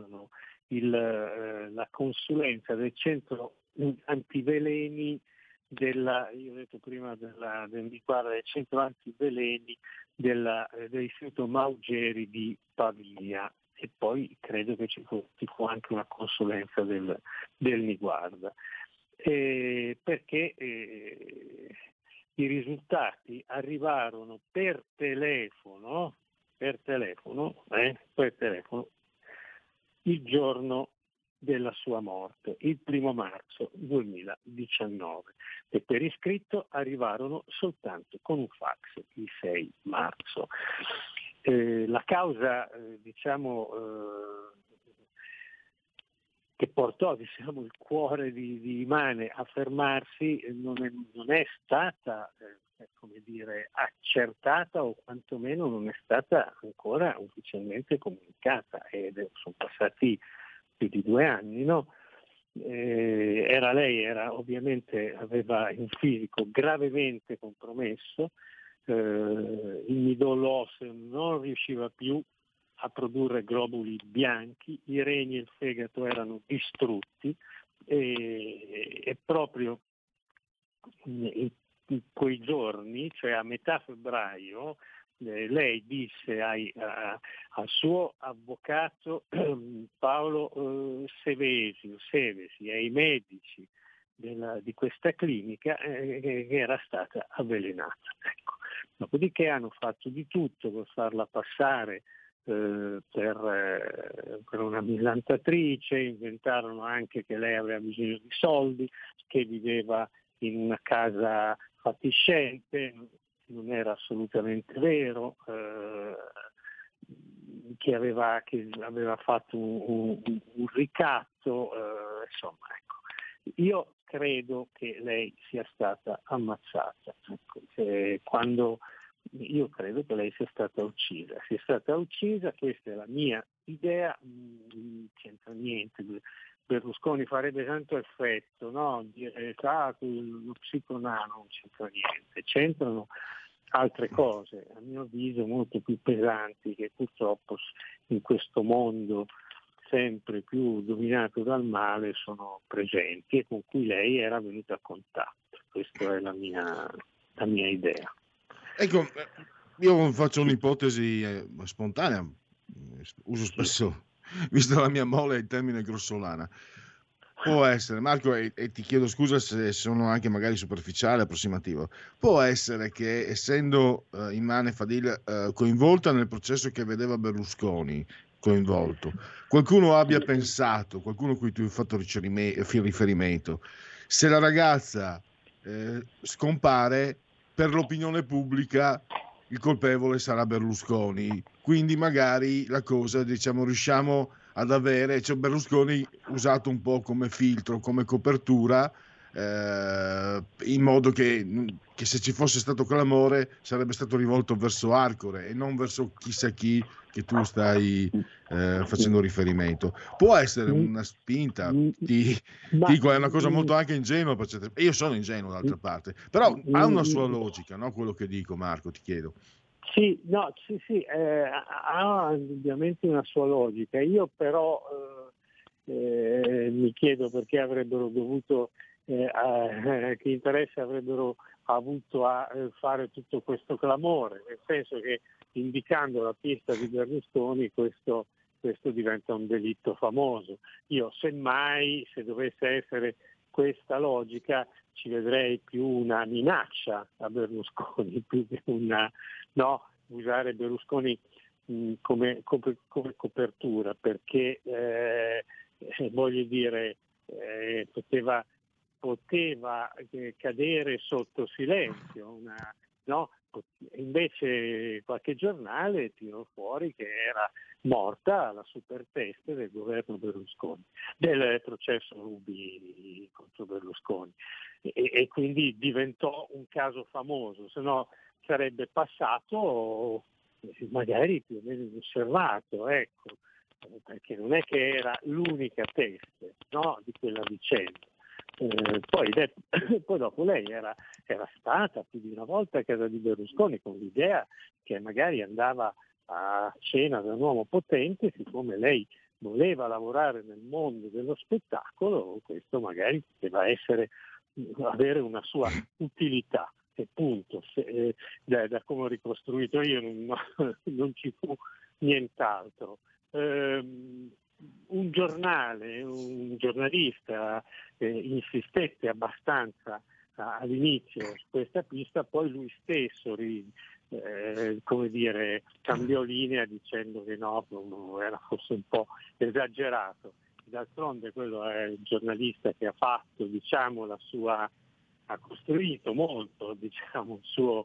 la consulenza del centro antiveleni io ho detto prima del centro antiveleni dell'istituto Maugeri di Pavia, e poi credo che ci fu anche una consulenza del Niguarda, perché i risultati arrivarono per telefono il giorno della sua morte, il 1 marzo 2019, e per iscritto arrivarono soltanto con un fax il 6 marzo. La causa, che portò il cuore di Imane a fermarsi non è stata accertata, o quantomeno non è stata ancora ufficialmente comunicata, ed sono passati più di 2 anni, no? Lei ovviamente aveva un fisico gravemente compromesso, il midollo osseo non riusciva più a produrre globuli bianchi, i reni e il fegato erano distrutti, e proprio in quei giorni, cioè a metà febbraio, lei disse al suo avvocato Paolo Sevesi, e ai medici di questa clinica che era stata avvelenata. Ecco. Dopodiché hanno fatto di tutto per farla passare per una millantatrice, inventarono anche che lei aveva bisogno di soldi, che viveva in una casa fatiscente, non era assolutamente vero, che aveva fatto un ricatto, insomma, ecco. Io credo che lei sia stata ammazzata, ecco, io credo che lei sia stata uccisa, questa è la mia idea, non c'entra niente. Berlusconi farebbe tanto effetto, no? Dire lo psiconano, non c'entra niente, c'entrano altre cose, a mio avviso molto più pesanti, che purtroppo in questo mondo sempre più dominato dal male sono presenti e con cui lei era venuta a contatto. Questa è la mia idea. Ecco, io faccio un'ipotesi spontanea, uso spesso, visto la mia mole, il termine grossolana. Può essere, Marco, e ti chiedo scusa se sono anche magari superficiale, approssimativo, può essere che essendo Immane Fadil coinvolta nel processo che vedeva Berlusconi coinvolto, qualcuno abbia pensato, qualcuno a cui tu hai fatto riferimento, se la ragazza scompare, per l'opinione pubblica il colpevole sarà Berlusconi, quindi magari la cosa, diciamo, riusciamo ad avere, cioè Berlusconi usato un po' come filtro, come copertura, in modo che se ci fosse stato clamore sarebbe stato rivolto verso Arcore e non verso chissà chi che tu stai facendo riferimento. Può essere una spinta, dico, è una cosa molto anche ingenua, io sono ingenuo d'altra parte, però ha una sua logica, no? Quello che dico, Marco, ti chiedo. Sì, ha indubbiamente una sua logica. Io però mi chiedo perché avrebbero dovuto, che interesse avrebbero avuto a fare tutto questo clamore, nel senso che indicando la pista di Berlusconi questo diventa un delitto famoso. Io semmai, se dovesse essere questa logica, ci vedrei più una minaccia a Berlusconi, più che usare Berlusconi come copertura, perché voglio dire poteva cadere sotto silenzio, invece qualche giornale tirò fuori che era morta la superteste del governo Berlusconi, del processo Ruby contro Berlusconi, e quindi diventò un caso famoso, se no sarebbe passato magari più o meno inosservato, ecco, perché non è che era l'unica teste, di quella vicenda. Poi dopo lei era stata più di una volta a casa di Berlusconi con l'idea che magari andava a cena da un uomo potente, siccome lei voleva lavorare nel mondo dello spettacolo, questo magari poteva avere una sua utilità. E punto, da come ho ricostruito io non ci fu nient'altro. Un giornalista insistette abbastanza all'inizio su questa pista, poi lui stesso cambiò linea dicendo che era forse un po' esagerato. D'altronde quello è il giornalista che ha fatto, ha costruito molto, il suo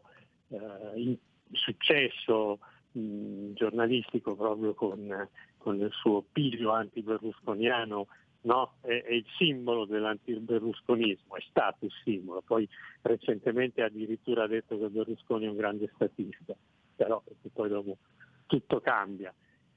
successo giornalistico proprio con il suo piglio anti-berlusconiano, è il simbolo dell'antiberlusconismo, è stato il simbolo, poi recentemente ha addirittura detto che Berlusconi è un grande statista, però poi dopo tutto cambia.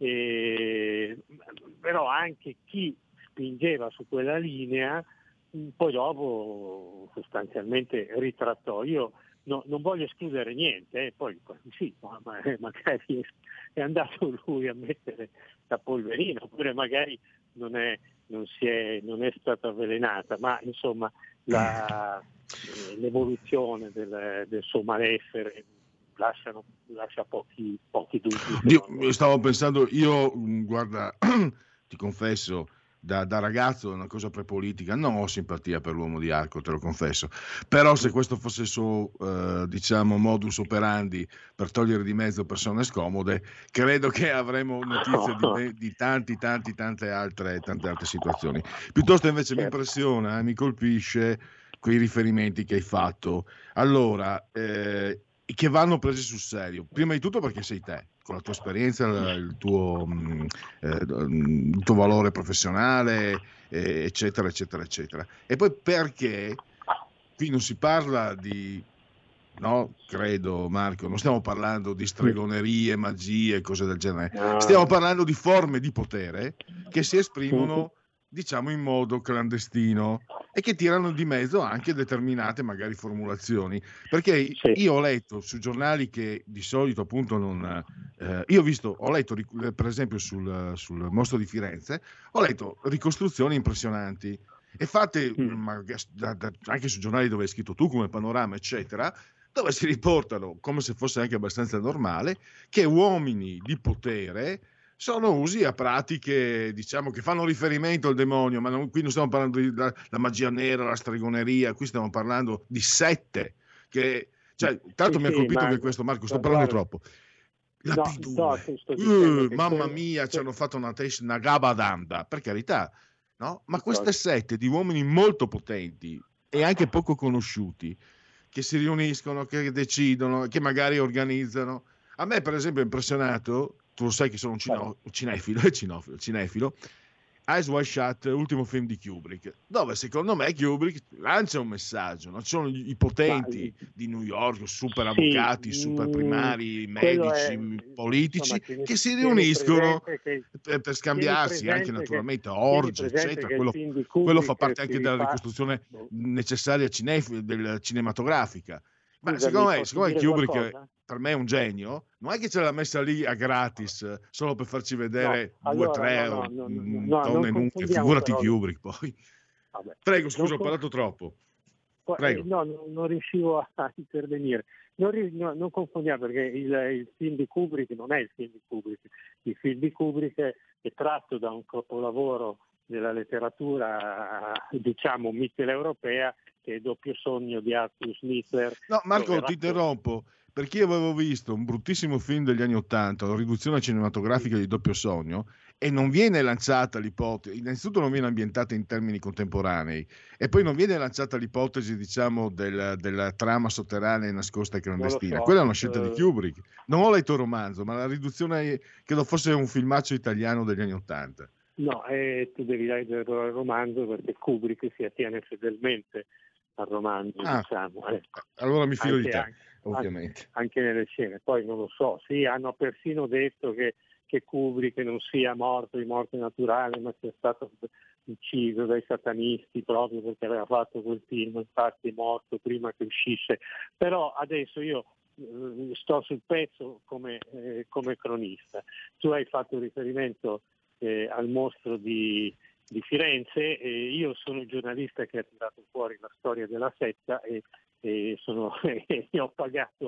Però anche chi spingeva su quella linea poi dopo sostanzialmente ritrattò. Io non voglio escludere niente, poi sì, magari è andato lui a mettere la polverina, oppure magari non è stata avvelenata, ma insomma l'evoluzione del suo malessere lascia pochi dubbi. Io stavo pensando, guarda, ti confesso, da ragazzo è una cosa prepolitica, non ho simpatia per l'uomo di Arco, te lo confesso, però se questo fosse il suo diciamo modus operandi per togliere di mezzo persone scomode, credo che avremo notizie di tante altre situazioni. Piuttosto invece mi impressiona, mi colpisce quei riferimenti che hai fatto, allora che vanno presi sul serio, prima di tutto perché sei te, con la tua esperienza, il tuo valore professionale, eccetera, e poi perché qui non si parla di, no, credo Marco, non stiamo parlando di stregonerie, magie, cose del genere, stiamo parlando di forme di potere che si esprimono, diciamo, in modo clandestino e che tirano di mezzo anche determinate magari formulazioni, perché io ho letto su giornali che di solito appunto non ho letto per esempio sul mostro di Firenze, ho letto ricostruzioni impressionanti e fatte anche su giornali dove hai scritto tu come Panorama eccetera, dove si riportano come se fosse anche abbastanza normale che uomini di potere sono usi a pratiche, diciamo, che fanno riferimento al demonio, ma qui non stiamo parlando di la magia nera, la stregoneria, qui stiamo parlando di sette, che, cioè, tanto mi ha colpito anche questo, Marco, sto parlando troppo. La P2, mamma mia, ci hanno fatto una gabadanda, per carità, no? Ma queste sette di uomini molto potenti e anche poco conosciuti, che si riuniscono, che decidono, che magari organizzano. A me, per esempio, è impressionato, tu lo sai che sono un cinefilo, Eyes Wide Shut, ultimo film di Kubrick, dove secondo me Kubrick lancia un messaggio, no? Ci sono i potenti di New York, super avvocati, super primari, medici, politici, insomma, che si riuniscono per scambiarsi anche naturalmente orge, eccetera. Quello fa parte anche della ricostruzione necessaria cinematografica. Ma secondo me Kubrick per me è un genio, non è che ce l'ha messa lì a gratis solo per farci vedere 2-3 donne nude, figurati Kubrick poi. Vabbè. Prego, scusa, ho parlato troppo. Prego. Non riuscivo a intervenire. Non confondiamo, perché il film di Kubrick non è il film di Kubrick. Il film di Kubrick è tratto da un capolavoro della letteratura, diciamo, mitteleuropea, che è Doppio sogno di Arthur Schnitzler. No, Marco, ti interrompo, perché io avevo visto un bruttissimo film degli anni '80, la riduzione cinematografica di Doppio sogno, e non viene lanciata l'ipotesi, innanzitutto non viene ambientata in termini contemporanei, e poi non viene lanciata l'ipotesi, diciamo, della trama sotterranea nascosta e clandestina. Quella è una scelta di Kubrick. Non ho letto il romanzo, ma la riduzione credo fosse un filmaccio italiano degli anni '80. No, tu devi leggere il romanzo, perché Kubrick si attiene fedelmente al romanzo, diciamo. Allora mi fido di te, ovviamente. Anche nelle scene. Poi non lo so, sì, hanno persino detto che Kubrick non sia morto di morte naturale, ma sia stato ucciso dai satanisti proprio perché aveva fatto quel film, infatti è morto prima che uscisse. Però adesso io sto sul pezzo come cronista. Tu hai fatto riferimento al mostro di Firenze, e io sono il giornalista che ha tirato fuori la storia della setta e ne ho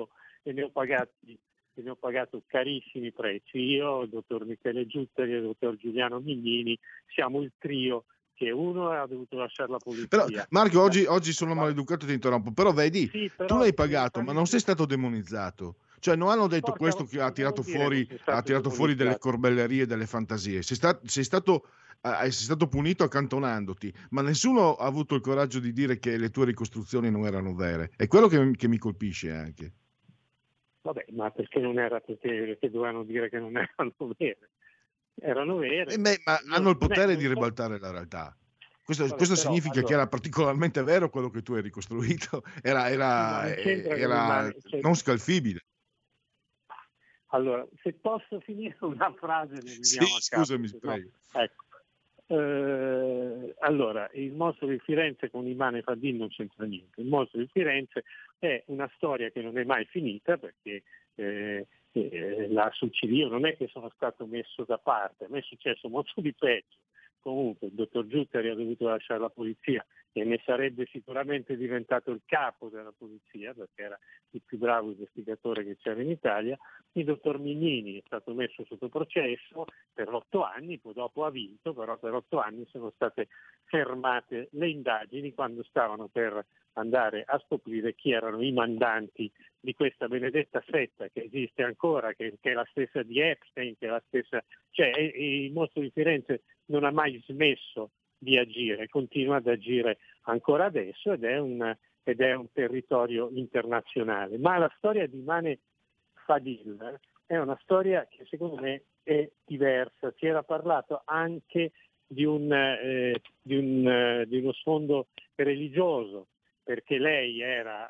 pagato carissimi prezzi. Io, il dottor Michele Giuttari e il dottor Giuliano Mignini, siamo il trio che uno ha dovuto lasciare la polizia. Però, Marco, oggi sono maleducato, ti interrompo, però vedi, tu l'hai pagato, ma non sei stato demonizzato. Cioè non hanno detto questo che ha tirato fuori delle corbellerie, delle fantasie. Sei stato punito accantonandoti, ma nessuno ha avuto il coraggio di dire che le tue ricostruzioni non erano vere. È quello che mi colpisce anche. Vabbè, ma perché non era perché dovevano dire che non erano vere? Erano vere. Ma hanno il potere di ribaltare la realtà. Questo significa che era particolarmente vero quello che tu hai ricostruito, era non scalfibile. Allora, se posso finire una frase, scusami, prego. Ecco. Allora, il mostro di Firenze con Imane Fadin non c'entra niente. Il mostro di Firenze è una storia che non è mai finita, perché sul CD non è che sono stato messo da parte, a me è successo molto di peggio. Comunque il dottor Giuttari ha dovuto lasciare la polizia e ne sarebbe sicuramente diventato il capo della polizia, perché era il più bravo investigatore che c'era in Italia. Il dottor Mignini è stato messo sotto processo per 8 anni, poi dopo ha vinto, però per 8 anni sono state fermate le indagini quando stavano per andare a scoprire chi erano i mandanti di questa benedetta setta che esiste ancora, che è la stessa di Epstein, che è la stessa, cioè il mostro di Firenze non ha mai smesso di agire, continua ad agire ancora adesso ed è un territorio internazionale. Ma la storia di Mane Fadil è una storia che secondo me è diversa. Si era parlato anche di uno sfondo religioso, perché lei era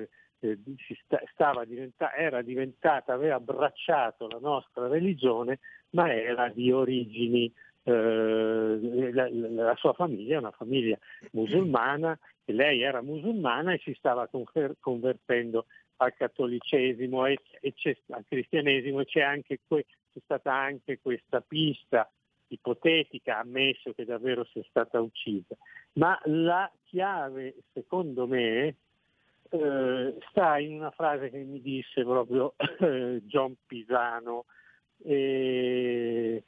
aveva abbracciato la nostra religione, ma era di origini, la sua famiglia è una famiglia musulmana, e lei era musulmana e si stava convertendo al cattolicesimo e al cristianesimo, e c'è stata anche questa pista ipotetica, ammesso che davvero sia stata uccisa. Ma la chiave, secondo me, sta in una frase che mi disse proprio John Pisano, e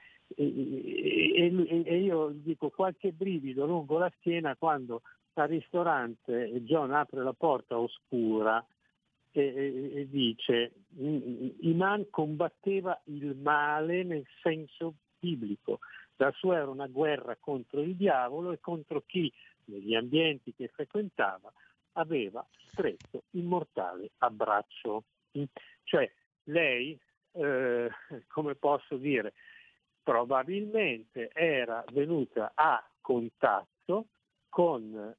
io dico qualche brivido lungo la schiena quando al ristorante John apre la porta oscura e dice: Iman combatteva il male nel senso biblico, la sua era una guerra contro il diavolo e contro chi negli ambienti che frequentava aveva stretto il mortale abbraccio. Cioè lei, come posso dire, probabilmente era venuta a contatto con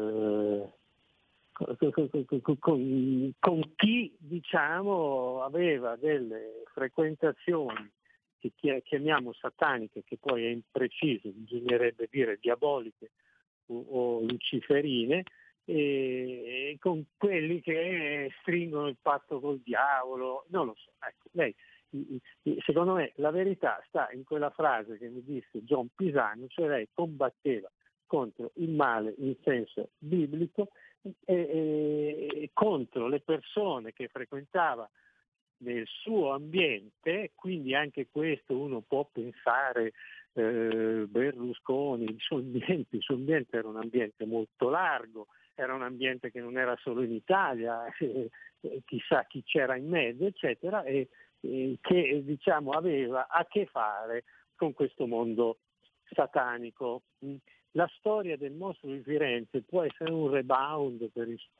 chi, diciamo, aveva delle frequentazioni che chiamiamo sataniche, che poi è impreciso, bisognerebbe dire diaboliche o luciferine, e con quelli che stringono il patto col diavolo, non lo so. Ecco, lei, secondo me la verità sta in quella frase che mi disse John Pisano, cioè lei combatteva contro il male in senso biblico e contro le persone che frequentava nel suo ambiente. Quindi anche questo uno può pensare, Berlusconi, il suo ambiente era un ambiente molto largo, era un ambiente che non era solo in Italia, chissà chi c'era in mezzo, eccetera, e che, diciamo, aveva a che fare con questo mondo satanico. La storia del mostro di Firenze può essere un rebound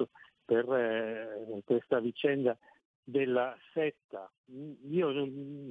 per questa vicenda della setta. Io non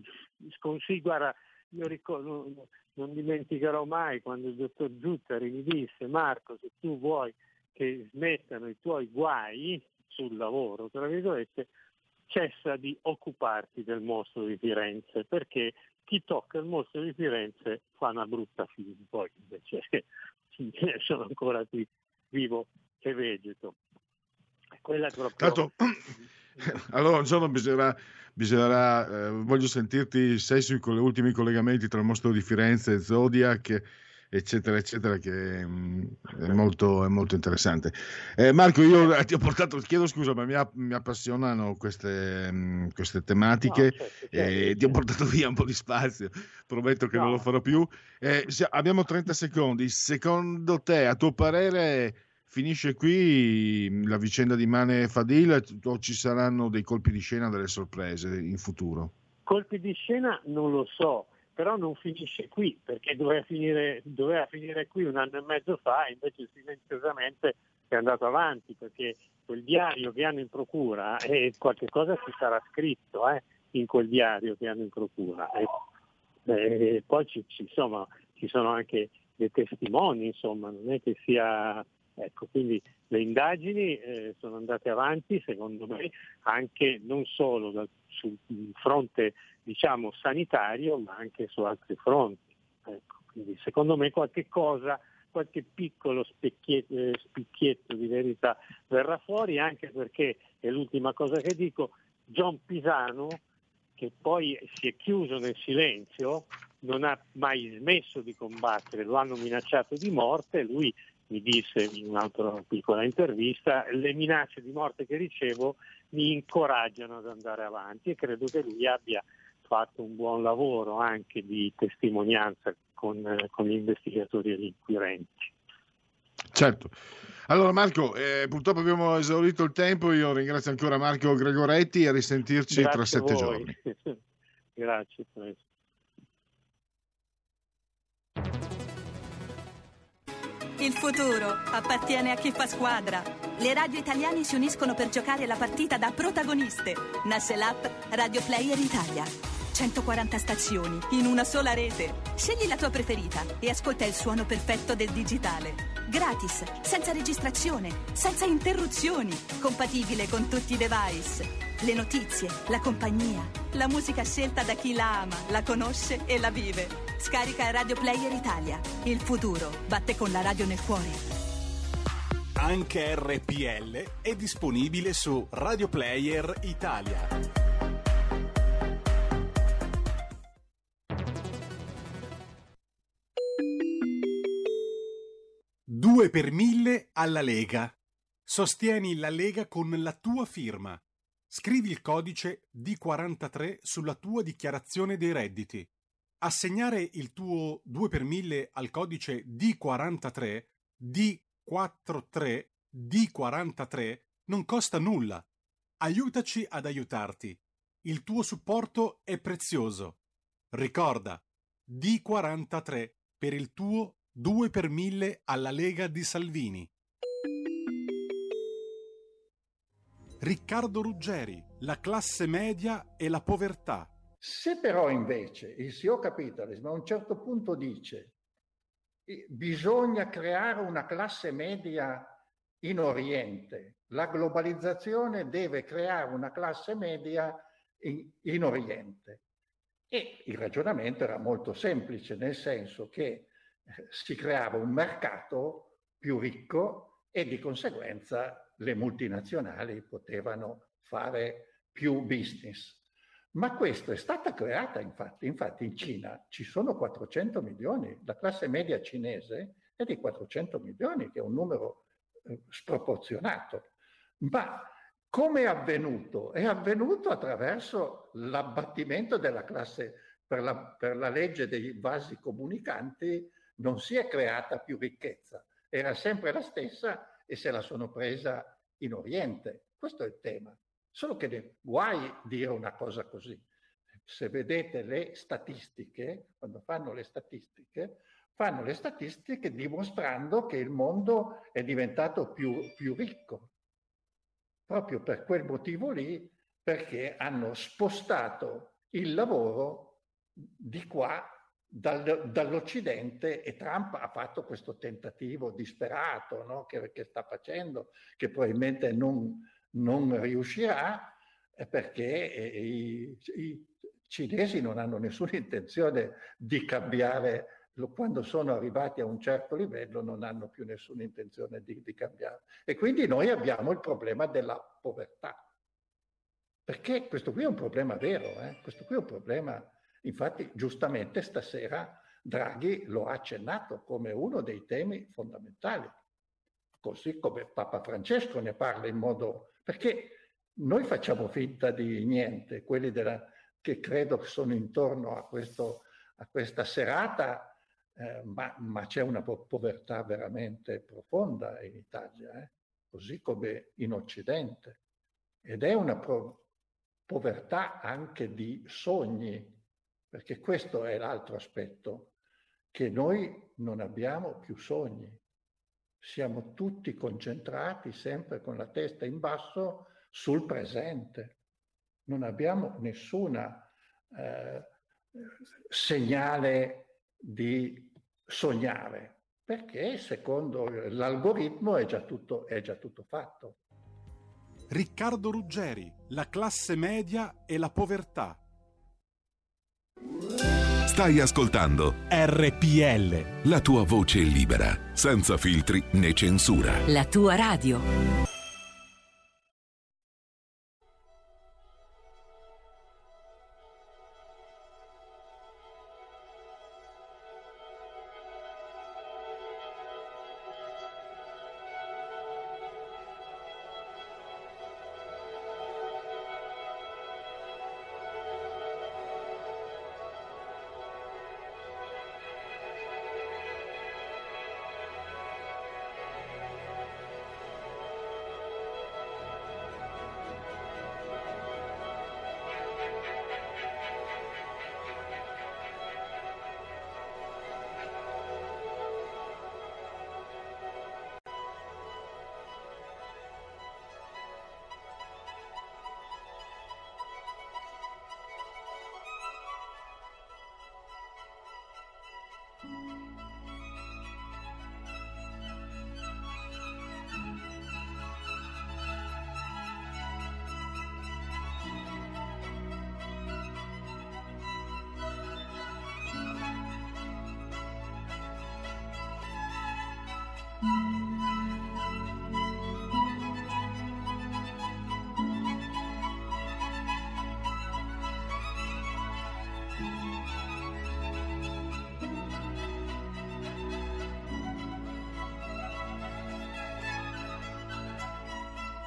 dimenticherò mai quando il dottor Giuttari mi disse: Marco, se tu vuoi che smettano i tuoi guai sul lavoro, tra virgolette, cessa di occuparti del mostro di Firenze, perché chi tocca il mostro di Firenze fa una brutta fine. Poi invece sono ancora qui vivo e vegeto. Quella è proprio... Tanto, allora un giorno bisognerà voglio sentirti, sei sui ultimi collegamenti tra il mostro di Firenze e Zodiac, eccetera eccetera, che è molto interessante. Marco, io ti ho portato, chiedo scusa, ma mi appassionano queste tematiche, certo. Ti ho portato via un po' di spazio, prometto che non lo farò più. Abbiamo 30 secondi. Secondo te, a tuo parere, finisce qui la vicenda di Mane Fadil o ci saranno dei colpi di scena, delle sorprese in futuro? Colpi di scena non lo so, però non finisce qui, perché doveva finire qui 1 anno e mezzo fa, invece silenziosamente è andato avanti, perché quel diario che hanno in procura, qualche cosa ci sarà scritto in quel diario che hanno in procura. Poi ci sono anche dei testimoni, insomma, non è che sia... Ecco, quindi le indagini sono andate avanti, secondo me, anche non solo sul fronte, diciamo, sanitario, ma anche su altri fronti. Ecco, quindi secondo me qualche piccolo spicchietto di verità verrà fuori, anche perché, è l'ultima cosa che dico, John Pisano, che poi si è chiuso nel silenzio, non ha mai smesso di combattere, lo hanno minacciato di morte, lui mi disse in un'altra piccola intervista: le minacce di morte che ricevo mi incoraggiano ad andare avanti, e credo che lui abbia fatto un buon lavoro anche di testimonianza con gli investigatori e gli inquirenti. Certo. Allora Marco, purtroppo abbiamo esaurito il tempo. Io ringrazio ancora Marco Gregoretti e a risentirci Grazie tra 7 a voi. giorni. Grazie. Il futuro appartiene a chi fa squadra. Le radio italiane si uniscono per giocare la partita da protagoniste. Nasce l'app Radio Player Italia. 140 stazioni in una sola rete. Scegli la tua preferita e ascolta il suono perfetto del digitale. Gratis, senza registrazione, senza interruzioni. Compatibile con tutti i device. Le notizie, la compagnia, la musica scelta da chi la ama, la conosce e la vive. Scarica Radio Player Italia. Il futuro batte con la radio nel cuore. Anche RPL è disponibile su Radio Player Italia. Due per 1000 alla Lega. Sostieni la Lega con la tua firma. Scrivi il codice D43 sulla tua dichiarazione dei redditi. Assegnare il tuo 2 per 1000 al codice D43, D43, D43 non costa nulla. Aiutaci ad aiutarti. Il tuo supporto è prezioso. Ricorda, D43 per il tuo 2 per 1000 alla Lega di Salvini. Riccardo Ruggeri, la classe media e la povertà. Se però invece il CEO Capitalism a un certo punto dice bisogna creare una classe media in Oriente, la globalizzazione deve creare una classe media in Oriente, e il ragionamento era molto semplice, nel senso che si creava un mercato più ricco e di conseguenza le multinazionali potevano fare più business. Ma questo è stata creata infatti in Cina ci sono 400 milioni, la classe media cinese è di 400 milioni, che è un numero sproporzionato. Ma come è avvenuto? È avvenuto attraverso l'abbattimento della classe, per la legge dei vasi comunicanti non si è creata più ricchezza, era sempre la stessa e se la sono presa in Oriente. Questo è il tema. Solo che guai dire una cosa così. Se vedete le statistiche, quando fanno le statistiche dimostrando che il mondo è diventato più ricco. Proprio per quel motivo lì, perché hanno spostato il lavoro di qua dall'Occidente, e Trump ha fatto questo tentativo disperato, no? che sta facendo, che probabilmente non riuscirà, perché i cinesi non hanno nessuna intenzione di cambiare, quando sono arrivati a un certo livello non hanno più nessuna intenzione di cambiare. E quindi noi abbiamo il problema della povertà, perché questo qui è un problema vero, questo qui è un problema. Infatti, giustamente stasera Draghi lo ha accennato come uno dei temi fondamentali, così come Papa Francesco ne parla in modo... Perché noi facciamo finta di niente, quelli che credo che sono intorno a questa serata, ma c'è una povertà veramente profonda in Italia, così come in Occidente. Ed è una povertà anche di sogni, perché questo è l'altro aspetto, che noi non abbiamo più sogni. Siamo tutti concentrati sempre con la testa in basso sul presente. Non abbiamo nessuna segnale di sognare, perché secondo l'algoritmo è già tutto fatto. Riccardo Ruggeri, la classe media e la povertà. Stai ascoltando RPL, la tua voce libera, senza filtri né censura. La tua radio.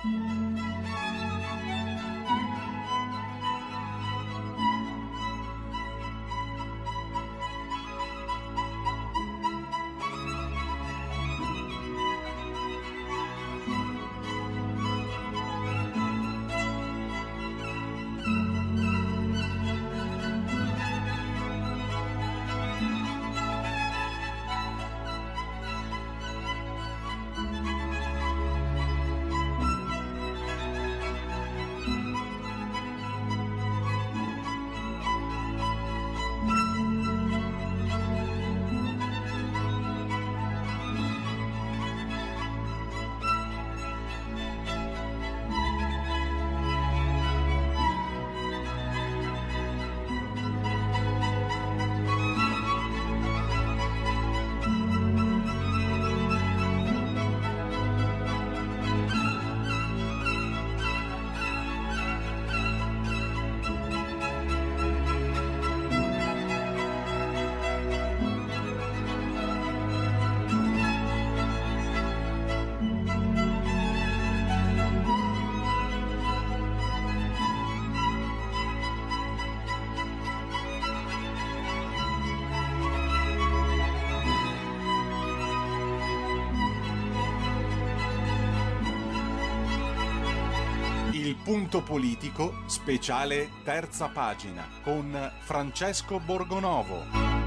Il punto politico, speciale terza pagina, con Francesco Borgonovo.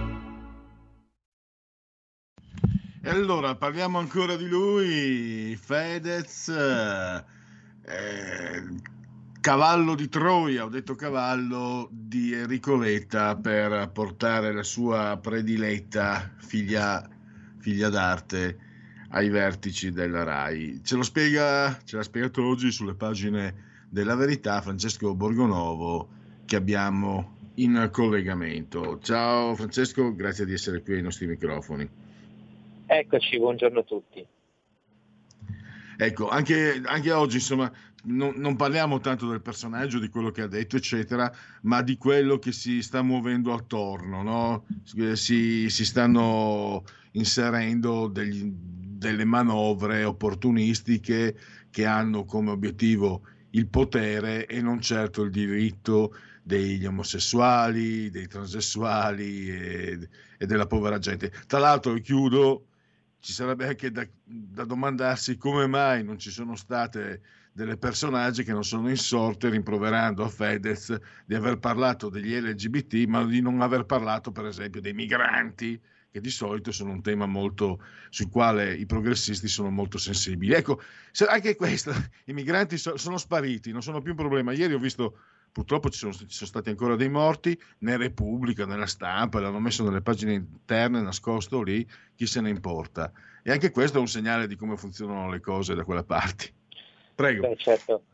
E allora parliamo ancora di lui, Fedez, cavallo di Troia, ho detto cavallo di Enrico Letta per portare la sua prediletta figlia d'arte ai vertici della RAI. Ce l'ha spiegato oggi sulle pagine della Verità Francesco Borgonovo, che abbiamo in collegamento. Ciao Francesco, grazie di essere qui ai nostri microfoni. Eccoci, buongiorno a tutti. Ecco, anche oggi insomma non parliamo tanto del personaggio, di quello che ha detto eccetera, ma di quello che si sta muovendo attorno, no? Si stanno inserendo delle manovre opportunistiche che hanno come obiettivo il potere e non certo il diritto degli omosessuali, dei transessuali e della povera gente. Tra l'altro, chiudo, ci sarebbe anche da domandarsi come mai non ci sono state delle personaggi che non sono insorte rimproverando a Fedez di aver parlato degli LGBT, ma di non aver parlato per esempio dei migranti, che di solito sono un tema sul quale i progressisti sono molto sensibili. Ecco, anche questo, i migranti sono spariti, non sono più un problema. Ieri ho visto, purtroppo ci sono stati ancora dei morti, né Repubblica, nella stampa, l'hanno messo nelle pagine interne, nascosto lì, chi se ne importa. E anche questo è un segnale di come funzionano le cose da quelle parti. Prego. Beh,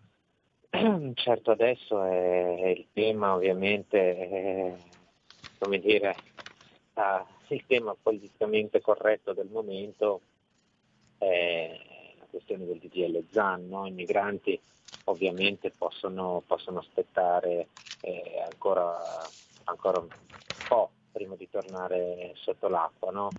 certo, adesso è il tema ovviamente, come dire, il tema politicamente corretto del momento è la questione del DDL Zan, no? I migranti ovviamente possono aspettare ancora un po' prima di tornare sotto l'acqua, no?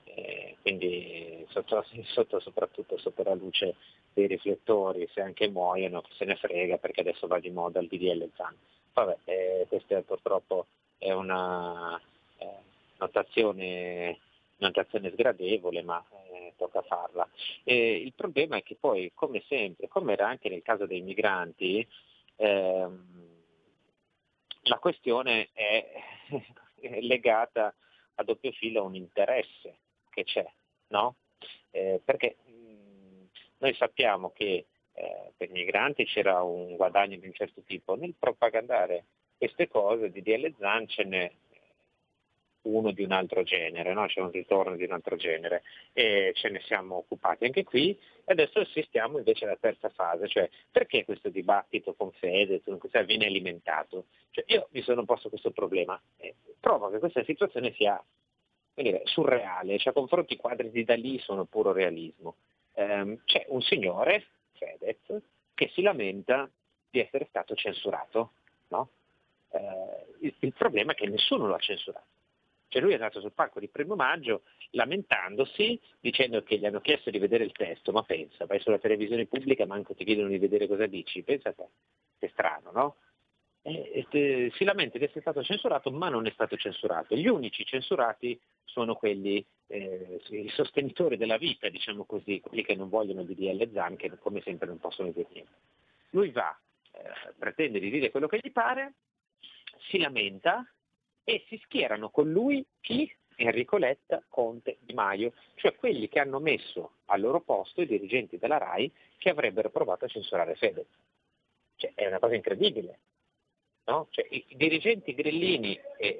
Quindi soprattutto sotto la luce dei riflettori, se anche muoiono, chi se ne frega, perché adesso va di moda il DDL Zan. Vabbè, questa purtroppo è una notazione sgradevole, ma tocca farla. Il problema è che poi, come sempre, come era anche nel caso dei migranti, la questione è legata a doppio filo a un interesse che c'è, no? Perché noi sappiamo che per i migranti c'era un guadagno di un certo tipo. Nel propagandare queste cose di DDL Zan ce n'è uno di un altro genere, no? C'è un ritorno di un altro genere e ce ne siamo occupati anche qui e adesso assistiamo invece alla terza fase, cioè perché questo dibattito con Fedez viene alimentato? Cioè, io mi sono posto questo problema e trovo che questa situazione sia surreale, cioè confronti i quadri di Dalì sono puro realismo. C'è un signore, Fedez, che si lamenta di essere stato censurato, no? Il problema è che nessuno lo ha censurato. Cioè lui è andato sul palco di 1° maggio lamentandosi, dicendo che gli hanno chiesto di vedere il testo, ma pensa, vai sulla televisione pubblica, manco ti chiedono di vedere cosa dici, pensa a te, è strano, no? Si lamenta che sia stato censurato, ma non è stato censurato. Gli unici censurati sono quelli, i sostenitori della vita, diciamo così, quelli che non vogliono il DDL Zan, che come sempre non possono dire niente. Lui va, pretende di dire quello che gli pare, si lamenta e si schierano con lui chi? Enrico Letta, Conte, Di Maio, cioè quelli che hanno messo al loro posto i dirigenti della RAI che avrebbero provato a censurare Fedez. Cioè, è una cosa incredibile, no? Cioè, i dirigenti grillini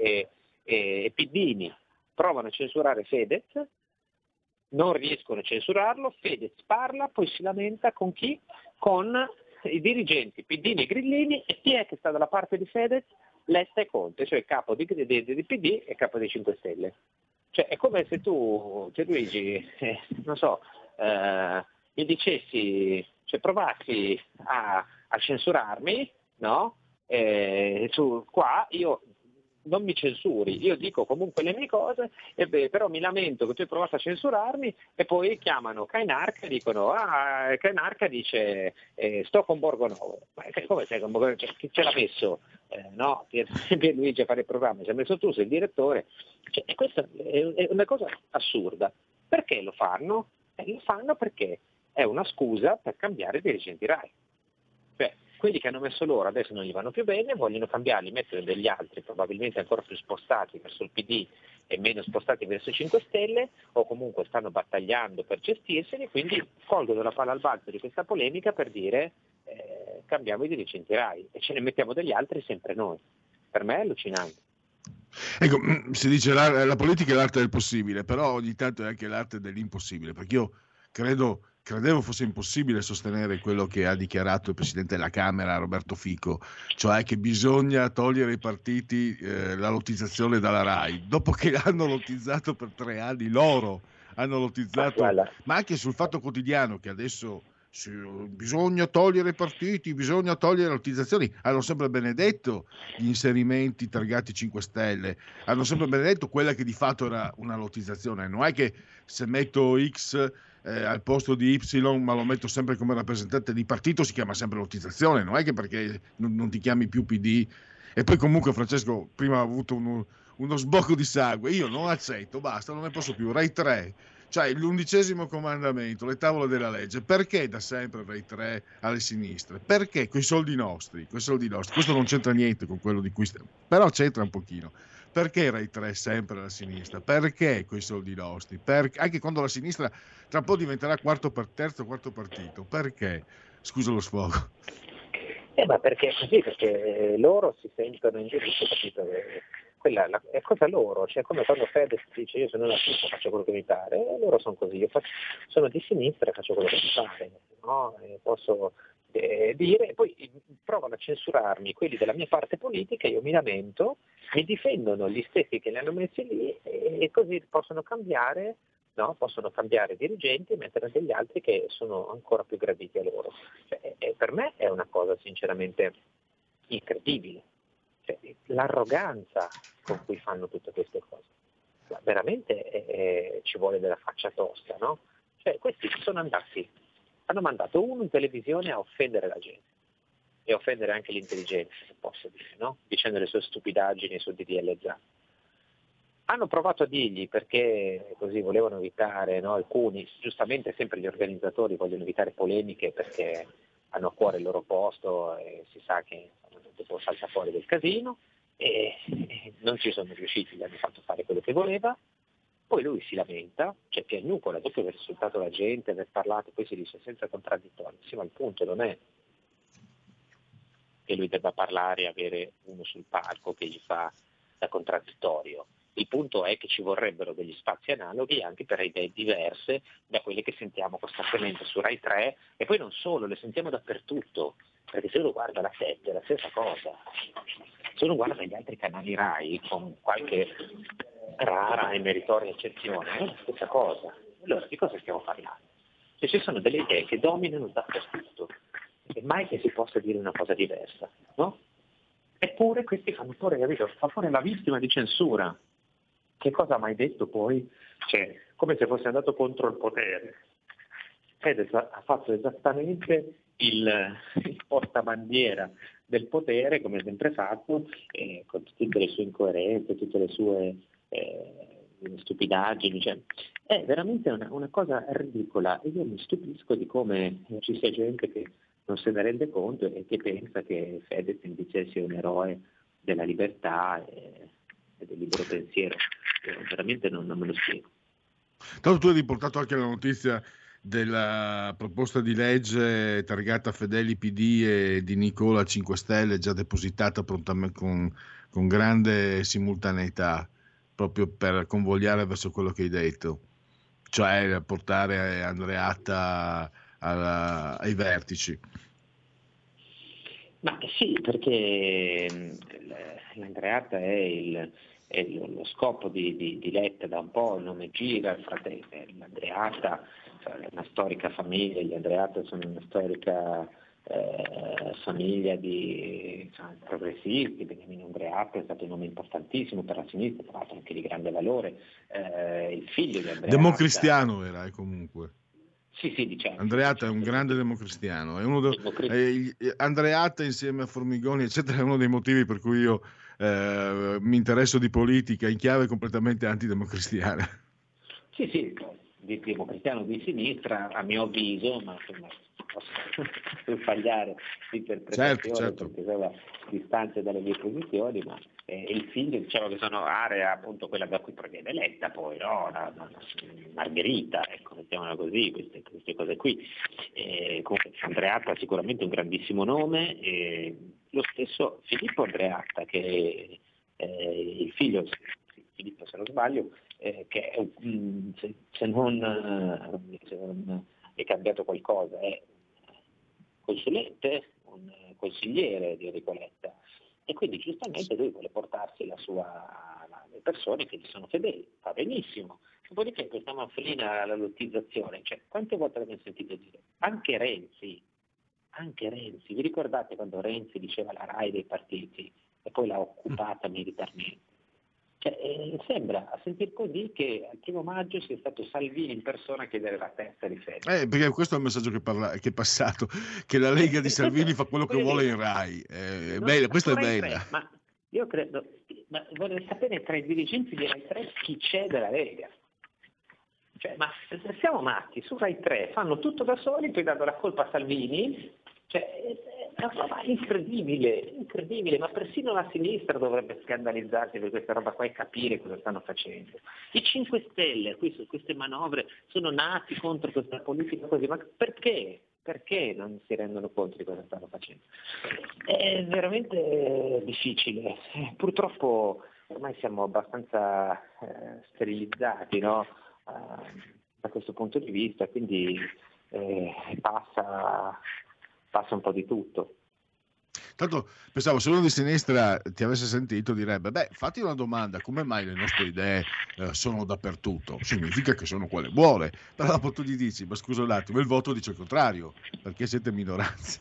e piddini provano a censurare Fedez, non riescono a censurarlo, Fedez parla, poi si lamenta con chi? Con i dirigenti piddini e grillini, e chi è che sta dalla parte di Fedez? Letta e Conte, cioè il capo di PD e il capo dei 5 Stelle. Cioè è come se tu, Luigi, non so, mi dicessi, cioè provassi a censurarmi, no? Qua io non mi censuri, io dico comunque le mie cose, però mi lamento che tu hai provato a censurarmi, e poi chiamano Cainarca e dicono Cainarca dice sto con Borgonovo. Ma come sei con Borgonovo? Cioè, chi ce l'ha messo? No, Pierluigi a fare il programma, ci ha messo tu, sei il direttore. Cioè, e questa è una cosa assurda. Perché lo fanno? Lo fanno perché è una scusa per cambiare i dirigenti RAI. Cioè, quelli che hanno messo loro adesso non gli vanno più bene, vogliono cambiarli, mettere degli altri probabilmente ancora più spostati verso il PD e meno spostati verso i 5 Stelle, o comunque stanno battagliando per gestirseli, quindi colgono la palla al balzo di questa polemica per dire cambiamo i dirigenti RAI e ce ne mettiamo degli altri sempre noi. Per me è allucinante. Ecco, si dice la politica è l'arte del possibile, però ogni tanto è anche l'arte dell'impossibile, perché io credevo fosse impossibile sostenere quello che ha dichiarato il Presidente della Camera, Roberto Fico, cioè che bisogna togliere ai partiti la lottizzazione dalla RAI, dopo che l'hanno lottizzato per 3 anni, loro hanno lottizzato, ma anche sul Fatto Quotidiano, che adesso bisogna togliere i partiti, bisogna togliere le lottizzazioni, hanno sempre benedetto gli inserimenti targati 5 Stelle, hanno sempre benedetto quella che di fatto era una lottizzazione. Non è che se metto X al posto di Y, ma lo metto sempre come rappresentante di partito, si chiama sempre lottizzazione, non è che perché non ti chiami più PD. E poi comunque, Francesco, prima ha avuto uno sbocco di sangue, io non accetto, basta, non ne posso più. Rai 3, cioè l'11° comandamento, le tavole della legge, perché da sempre Rai 3 alle sinistre? Perché? Coi soldi nostri, questo non c'entra niente con quello di cui stiamo, però c'entra un pochino. Perché Rai 3 sempre alla sinistra? Perché quei soldi nostri? Anche quando la sinistra tra un po' diventerà terzo, quarto partito. Perché? Scusa lo sfogo. Ma perché è così? Perché loro si sentono in diritto, capito? Quella è cosa loro, cioè come quando Fedez dice io sono una sinistra, faccio quello che mi pare, e loro sono così, sono di sinistra e faccio quello che mi pare, no? Posso dire, e poi provano a censurarmi quelli della mia parte politica, io mi lamento, mi difendono gli stessi che li hanno messi lì, e così possono cambiare, no? Possono cambiare dirigenti e mettere degli altri che sono ancora più graditi a loro. Cioè, per me è una cosa sinceramente incredibile. Cioè, l'arroganza con cui fanno tutte queste cose. Ma veramente ci vuole della faccia tosta, no? Cioè, questi hanno mandato uno in televisione a offendere la gente e a offendere anche l'intelligenza, se posso dire, no? Dicendo le sue stupidaggini su DDL Zan. Hanno provato a dirgli, perché così volevano evitare, no? Alcuni, giustamente sempre gli organizzatori vogliono evitare polemiche perché hanno a cuore il loro posto e si sa che dopo salta fuori del casino, e non ci sono riusciti, gli hanno fatto fare quello che voleva. Poi lui si lamenta, cioè piagnucola, dopo aver insultato la gente, aver parlato, poi si dice senza contraddittorio. Sì, ma il punto non è che lui debba parlare e avere uno sul palco che gli fa da contraddittorio. Il punto è che ci vorrebbero degli spazi analoghi anche per idee diverse da quelle che sentiamo costantemente su Rai 3, e poi non solo, le sentiamo dappertutto, perché se uno guarda la 7 è la stessa cosa, se uno guarda gli altri canali Rai con qualche rara e meritoria eccezione è la stessa cosa. Allora di cosa stiamo parlando? Se ci sono delle idee che dominano dappertutto, e mai che si possa dire una cosa diversa, no? Eppure questi fanno fuori, capito? Fa fuori la vittima di censura. che cosa ha mai detto poi? Cioè, come se fosse andato contro il potere. Fedez ha fatto esattamente il portabandiera del potere, come ha sempre fatto, con tutte le sue incoerenze, tutte le sue stupidaggini. Cioè, è veramente una cosa ridicola, e io mi stupisco di come ci sia gente che non se ne rende conto e che pensa che Fedez invece sia un eroe della libertà e del libero pensiero. Io veramente non me lo spiego. Tanto tu hai riportato anche la notizia della proposta di legge targata Fedeli PD e di Nicola 5 Stelle, già depositata prontamente con grande simultaneità, proprio per convogliare verso quello che hai detto, cioè portare Andreatta ai vertici. Ma sì, perché l'Andreatta è lo scopo di Letta da un po', il nome gira, l'Andreatta è una storica famiglia, gli Andreatta sono una storica famiglia di progressisti. Beniamino Andreatta è stato un nome importantissimo per la sinistra, tra l'altro anche di grande valore, il figlio di Andreatta. Democristiano era, comunque. Sì, diciamo. Andreatta è un grande democristiano, è uno Andreatta insieme a Formigoni eccetera è uno dei motivi per cui io mi interesso di politica in chiave completamente antidemocristiana. Sì, di democristiano di sinistra a mio avviso, ma insomma posso sbagliare l'interpretazione, certo. Perché sono distanze dalle mie posizioni, ma il figlio, diciamo che sono area appunto quella da cui proviene Letta, poi no, Margherita, ecco, mettiamola così, queste cose qui. Comunque Andreatta ha sicuramente un grandissimo nome, lo stesso Filippo Andreatta, che è il figlio, Filippo se non sbaglio, che è, se non è cambiato qualcosa, è consulente, un consigliere di Enrico Letta, e quindi giustamente lui vuole portarsi le persone che gli sono fedeli, va benissimo. Dopodiché questa manfrina, la lottizzazione, cioè quante volte l'abbiamo sentito dire? Anche Renzi, vi ricordate quando Renzi diceva la RAI dei partiti e poi l'ha occupata militarmente? Cioè, sembra a sentir così che al 1° maggio sia stato Salvini in persona a chiedere la testa di Fedez. Perché questo è il messaggio che è passato, che la Lega di Salvini fa quello che vuole in RAI. Questo è bello. Ma io credo, ma vorrei sapere tra i dirigenti di Rai 3 chi c'è della Lega. Cioè, ma siamo matti, su Rai 3 fanno tutto da soli, poi danno la colpa a Salvini. Cioè, è una roba incredibile, ma persino la sinistra dovrebbe scandalizzarsi per questa roba qua e capire cosa stanno facendo. I 5 Stelle, queste manovre, sono nati contro questa politica così, ma perché? Perché non si rendono conto di cosa stanno facendo? È veramente difficile. Purtroppo ormai siamo abbastanza sterilizzati, no? Da questo punto di vista, quindi passa un po' di tutto. Tanto pensavo, se uno di sinistra ti avesse sentito direbbe, fatti una domanda, come mai le nostre idee sono dappertutto? Significa che sono quelle buone, però dopo tu gli dici, ma scusa un attimo, il voto dice il contrario, perché siete minoranze.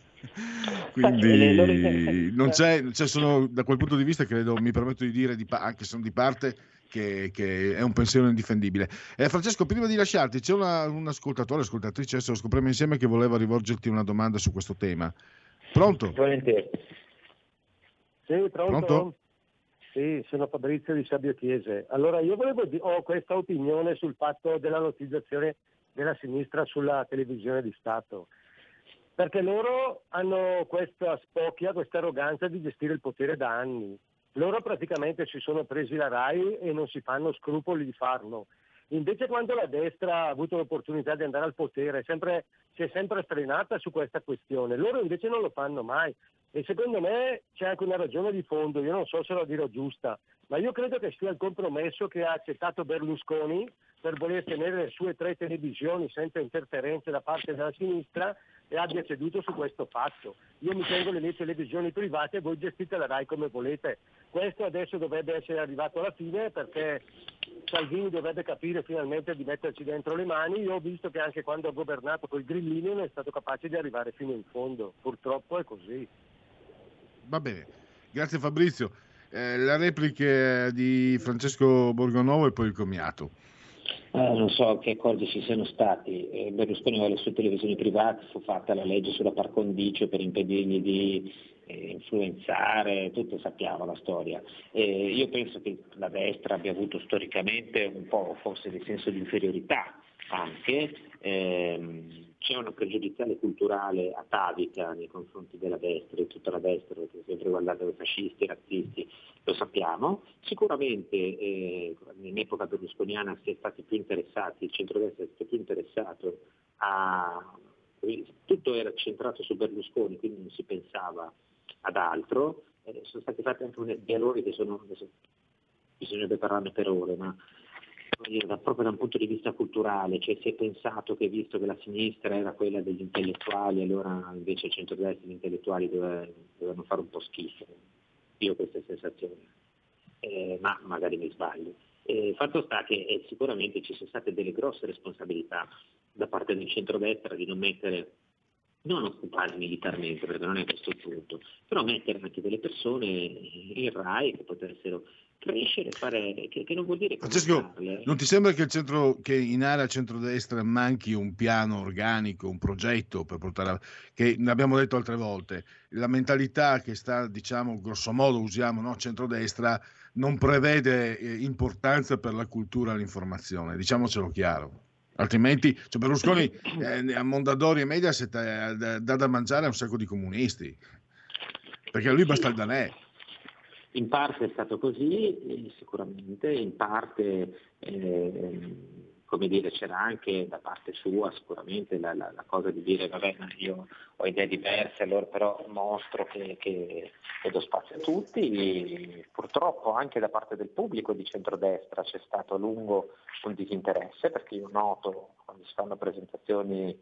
Quindi non c'è, sono, da quel punto di vista credo, mi permetto di dire, anche se sono di parte, che è un pensiero indifendibile. Francesco, prima di lasciarti, c'è un ascoltatrice, adesso lo scopriamo insieme, che voleva rivolgerti una domanda su questo tema. Pronto? Volentieri. Sì, pronto? Sì, sono Fabrizio di Sabbio Chiese. Allora, io ho questa opinione sul fatto della lottizzazione della sinistra sulla televisione di Stato, perché loro hanno questa spocchia, questa arroganza di gestire il potere da anni. Loro praticamente si sono presi la RAI e non si fanno scrupoli di farlo. Invece quando la destra ha avuto l'opportunità di andare al potere si è sempre frenata su questa questione. Loro invece non lo fanno mai. E secondo me c'è anche una ragione di fondo, io non so se la dirò giusta, ma io credo che sia il compromesso che ha accettato Berlusconi per voler tenere le sue 3 televisioni senza interferenze da parte della sinistra e abbia ceduto su questo fatto. Io mi tengo le mie televisioni private e voi gestite la RAI come volete. Questo adesso dovrebbe essere arrivato alla fine, perché Salvini dovrebbe capire finalmente di metterci dentro le mani. Io ho visto che anche quando ha governato col grillino non è stato capace di arrivare fino in fondo. Purtroppo è così. Va bene, grazie Fabrizio. la replica di Francesco Borgonovo e poi il commiato. Non so che accordi ci siano stati. Berlusconi aveva le sue televisioni private, fu fatta la legge sulla par condicio per impedirgli di influenzare, tutti sappiamo la storia. Io penso che la destra abbia avuto storicamente un po' forse di senso di inferiorità anche, c'è una pregiudiziale culturale atavica nei confronti della destra, di tutta la destra, che è sempre guardata dai fascisti, razzisti, lo sappiamo. Sicuramente in epoca berlusconiana si è stati più interessati, il centrodestra è stato più interessato tutto era centrato su Berlusconi, quindi non si pensava ad altro. Sono stati fatti anche dialoghi che bisognerebbe parlarne per ore, ma proprio da un punto di vista culturale, cioè si è pensato che visto che la sinistra era quella degli intellettuali, allora invece il centrodestra gli intellettuali dovevano fare un po' schifo. Io ho questa sensazione, ma magari mi sbaglio. Fatto sta che sicuramente ci sono state delle grosse responsabilità da parte del centrodestra di non occupare militarmente, perché non è questo il punto, però mettere anche delle persone in RAI che potessero crescere, fare, che non vuol dire Francesco, non ti sembra che in area centrodestra manchi un piano organico, un progetto per portare che ne abbiamo detto altre volte, la mentalità che sta, diciamo, grosso modo usiamo, no, centrodestra non prevede importanza per la cultura e l'informazione, diciamocelo chiaro. Altrimenti, cioè Berlusconi a Mondadori e Mediaset dà da mangiare a un sacco di comunisti, perché a lui basta il danè. In parte è stato così, sicuramente, in parte come dire, c'era anche da parte sua sicuramente la cosa di dire vabbè, ma io ho idee diverse, allora però mostro che do spazio a tutti. Purtroppo anche da parte del pubblico di centrodestra c'è stato a lungo un disinteresse, perché io noto quando si fanno presentazioni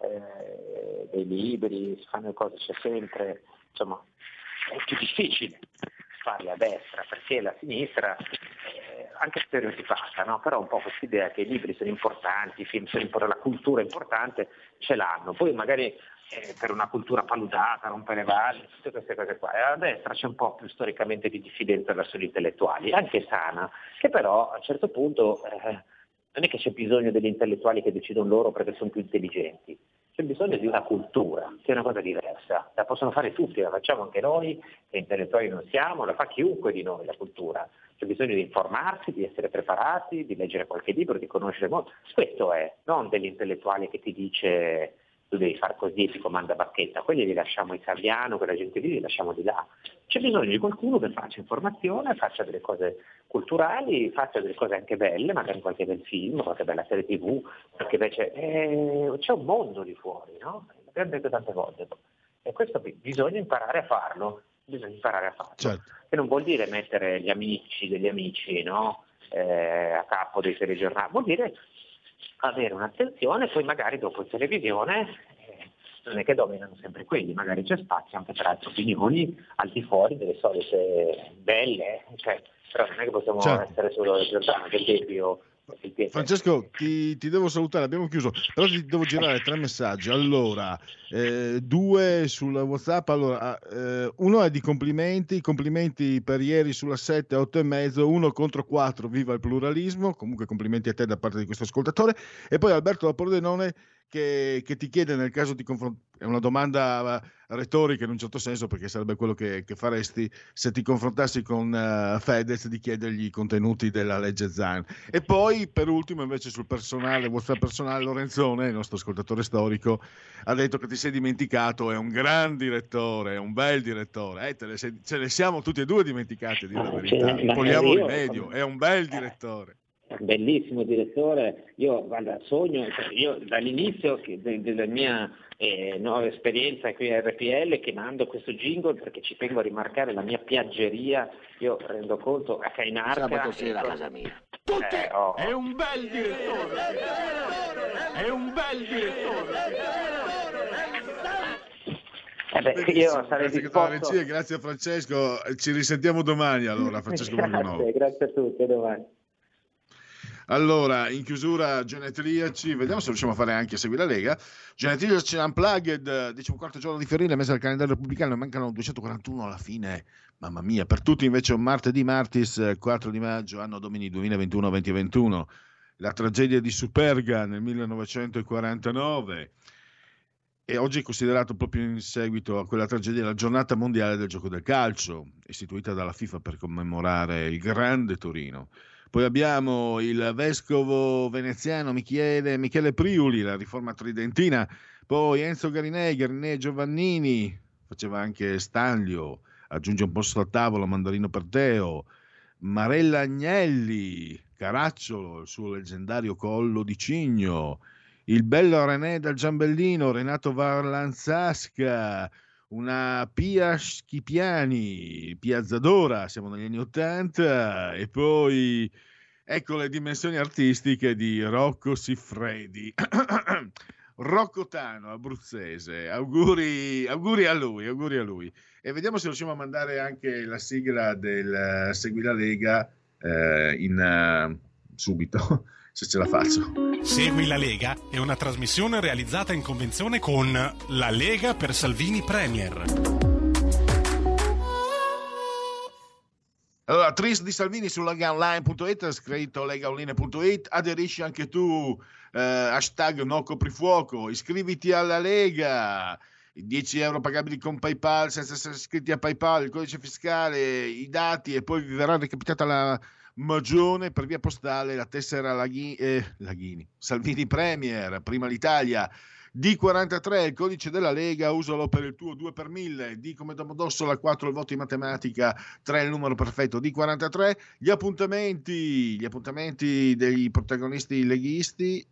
dei libri, si fanno cose, c'è sempre, insomma, è più difficile farle a destra, perché la sinistra anche stereotipata, no? Però un po' questa idea che i libri sono importanti, i film sono importanti, la cultura è importante, ce l'hanno. Poi magari per una cultura paludata, rompere le valli, tutte queste cose qua. E a destra c'è un po' più storicamente di diffidenza verso gli intellettuali, anche sana, che però a un certo punto non è che c'è bisogno degli intellettuali che decidono loro perché sono più intelligenti. C'è bisogno di una cultura, che è una cosa diversa, la possono fare tutti, la facciamo anche noi, che intellettuali non siamo, la fa chiunque di noi la cultura. C'è bisogno di informarsi, di essere preparati, di leggere qualche libro, di conoscere molto. Questo è, non degli intellettuali che ti dice tu devi fare così e ti comanda bacchetta, quelli li lasciamo in Saviano, quella gente lì li lasciamo di là. C'è bisogno di qualcuno che faccia informazione, faccia delle cose culturali, faccia delle cose anche belle, magari qualche bel film, qualche bella serie TV, perché invece c'è un mondo lì fuori, no? L'abbiamo detto tante volte. E questo bisogna imparare a farlo, Certo. Che non vuol dire mettere gli amici degli amici, no? A capo dei telegiornali, vuol dire avere un'attenzione, poi magari dopo in televisione non è che dominano sempre quelli, magari c'è spazio anche per altre opinioni al di fuori delle solite belle, cioè, però non è che possiamo essere solo le giornate, per esempio. Francesco, ti devo salutare, abbiamo chiuso, però ti devo girare 3 messaggi. Allora, 2 sul WhatsApp. Allora, uno è di complimenti per ieri sulla 7, 8,5, 1 contro 4, viva il pluralismo. Comunque complimenti a te da parte di questo ascoltatore. E poi Alberto da Pordenone che ti chiede, nel caso di confronto, è una domanda retorica in un certo senso, perché sarebbe quello che faresti se ti confrontassi con Fedez, di chiedergli i contenuti della legge Zan. E poi per ultimo invece sul personale, WhatsApp personale, Lorenzone, il nostro ascoltatore storico, ha detto che ti sei dimenticato, è un gran direttore, è un bel direttore, ce ne siamo tutti e due dimenticati, a dire la verità, poliamo rimedio, è un bel direttore. Bellissimo direttore, io guarda, sogno, io dall'inizio della mia nuova esperienza qui a RPL, che mando questo jingle perché ci tengo a rimarcare la mia piaggeria, io rendo conto a Cainarca sabato sera a casa mia. È un bel direttore, è un bel direttore. Io sarei disposto. Grazie a Francesco, ci risentiamo domani allora, Francesco Borgonovo. Grazie a tutti, a domani. Allora, in chiusura genetriaci, vediamo se riusciamo a fare anche Segui la Lega. Genetriaci Unplugged, 14° giorno di Fiorile, mese del calendario repubblicano, mancano 241 alla fine. Mamma mia, per tutti invece un martedì martis 4 di maggio, anno domini 2021-2021. La tragedia di Superga nel 1949. E oggi è considerato, proprio in seguito a quella tragedia, la giornata mondiale del gioco del calcio, istituita dalla FIFA per commemorare il grande Torino. Poi abbiamo il vescovo veneziano Michele Priuli, la riforma tridentina. Poi Enzo Garinei Giovannini, faceva anche Stanlio, aggiunge un posto a tavola, Mandarino per Teo. Marella Agnelli, Caracciolo, il suo leggendario collo di cigno. Il bello René dal Giambellino, Renato Varlanzasca, una Pia Schipiani, Piazzadora, siamo negli anni '80, e poi ecco le dimensioni artistiche di Rocco Siffredi. Rocco Tano, abruzzese, auguri a lui. E vediamo se riusciamo a mandare anche la sigla del Segui la Lega subito, se ce la faccio. Segui la Lega è una trasmissione realizzata in convenzione con La Lega per Salvini Premier. Allora, Tris di Salvini su legaonline.it, scritto legaonline.it, aderisci anche tu, hashtag no coprifuoco, iscriviti alla Lega, 10 euro pagabili con PayPal senza essere iscritti a PayPal, il codice fiscale, i dati, e poi vi verrà recapitata la magione per via postale, la tessera Laghini, Salvini Premier, prima l'Italia, D43, il codice della Lega, usalo per il tuo 2 per 1000, D come Domodossola, 4 il voto in matematica, 3 il numero perfetto, D43, gli appuntamenti dei protagonisti leghisti,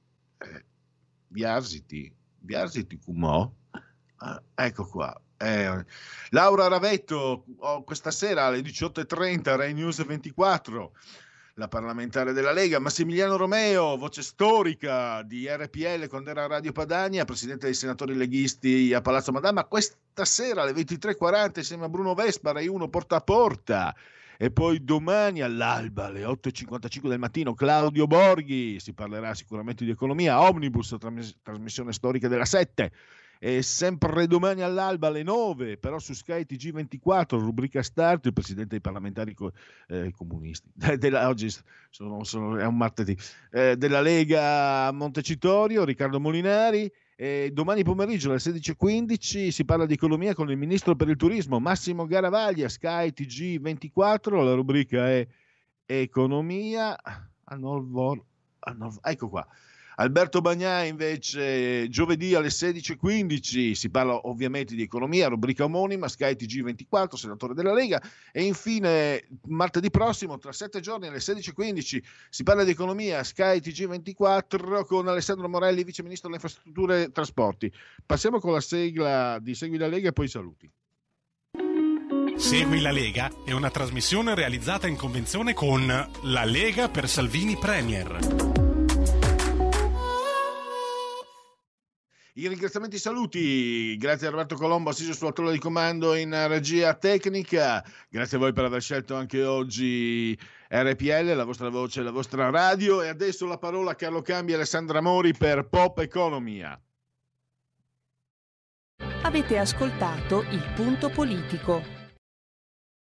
Biasiti Cumò, ecco qua. Laura Ravetto, questa sera alle 18:30, Rai News 24, la parlamentare della Lega. Massimiliano Romeo, voce storica di RPL quando era a Radio Padania, presidente dei senatori leghisti a Palazzo Madama, questa sera alle 23:40 insieme a Bruno Vespa, Rai 1 porta a porta. E poi domani all'alba alle 8:55 del mattino Claudio Borghi, si parlerà sicuramente di economia, Omnibus, trasmissione storica della 7. E sempre domani all'alba alle 9, però su Sky TG24, rubrica Start, il presidente dei parlamentari comunisti, oggi è un martedì, della Lega a Montecitorio, Riccardo Molinari. E domani pomeriggio alle 16:15 si parla di economia con il ministro per il turismo Massimo Garavaglia, Sky TG24, la rubrica è economia. Ecco qua. Alberto Bagnai invece giovedì alle 16:15 si parla ovviamente di economia, rubrica omonima, Sky TG24, senatore della Lega. E infine martedì prossimo, tra 7 giorni alle 16:15 si parla di economia, Sky TG24 con Alessandro Morelli, vice ministro delle infrastrutture e trasporti. Passiamo con la sigla di Segui la Lega e poi saluti. Segui la Lega è una trasmissione realizzata in convenzione con La Lega per Salvini Premier. I ringraziamenti e saluti, grazie a Roberto Colombo, assiso sulla tolla di comando in regia tecnica, grazie a voi per aver scelto anche oggi RPL, la vostra voce, la vostra radio. E adesso la parola a Carlo Cambi e Alessandra Mori per Pop Economia. Avete ascoltato Il Punto Politico.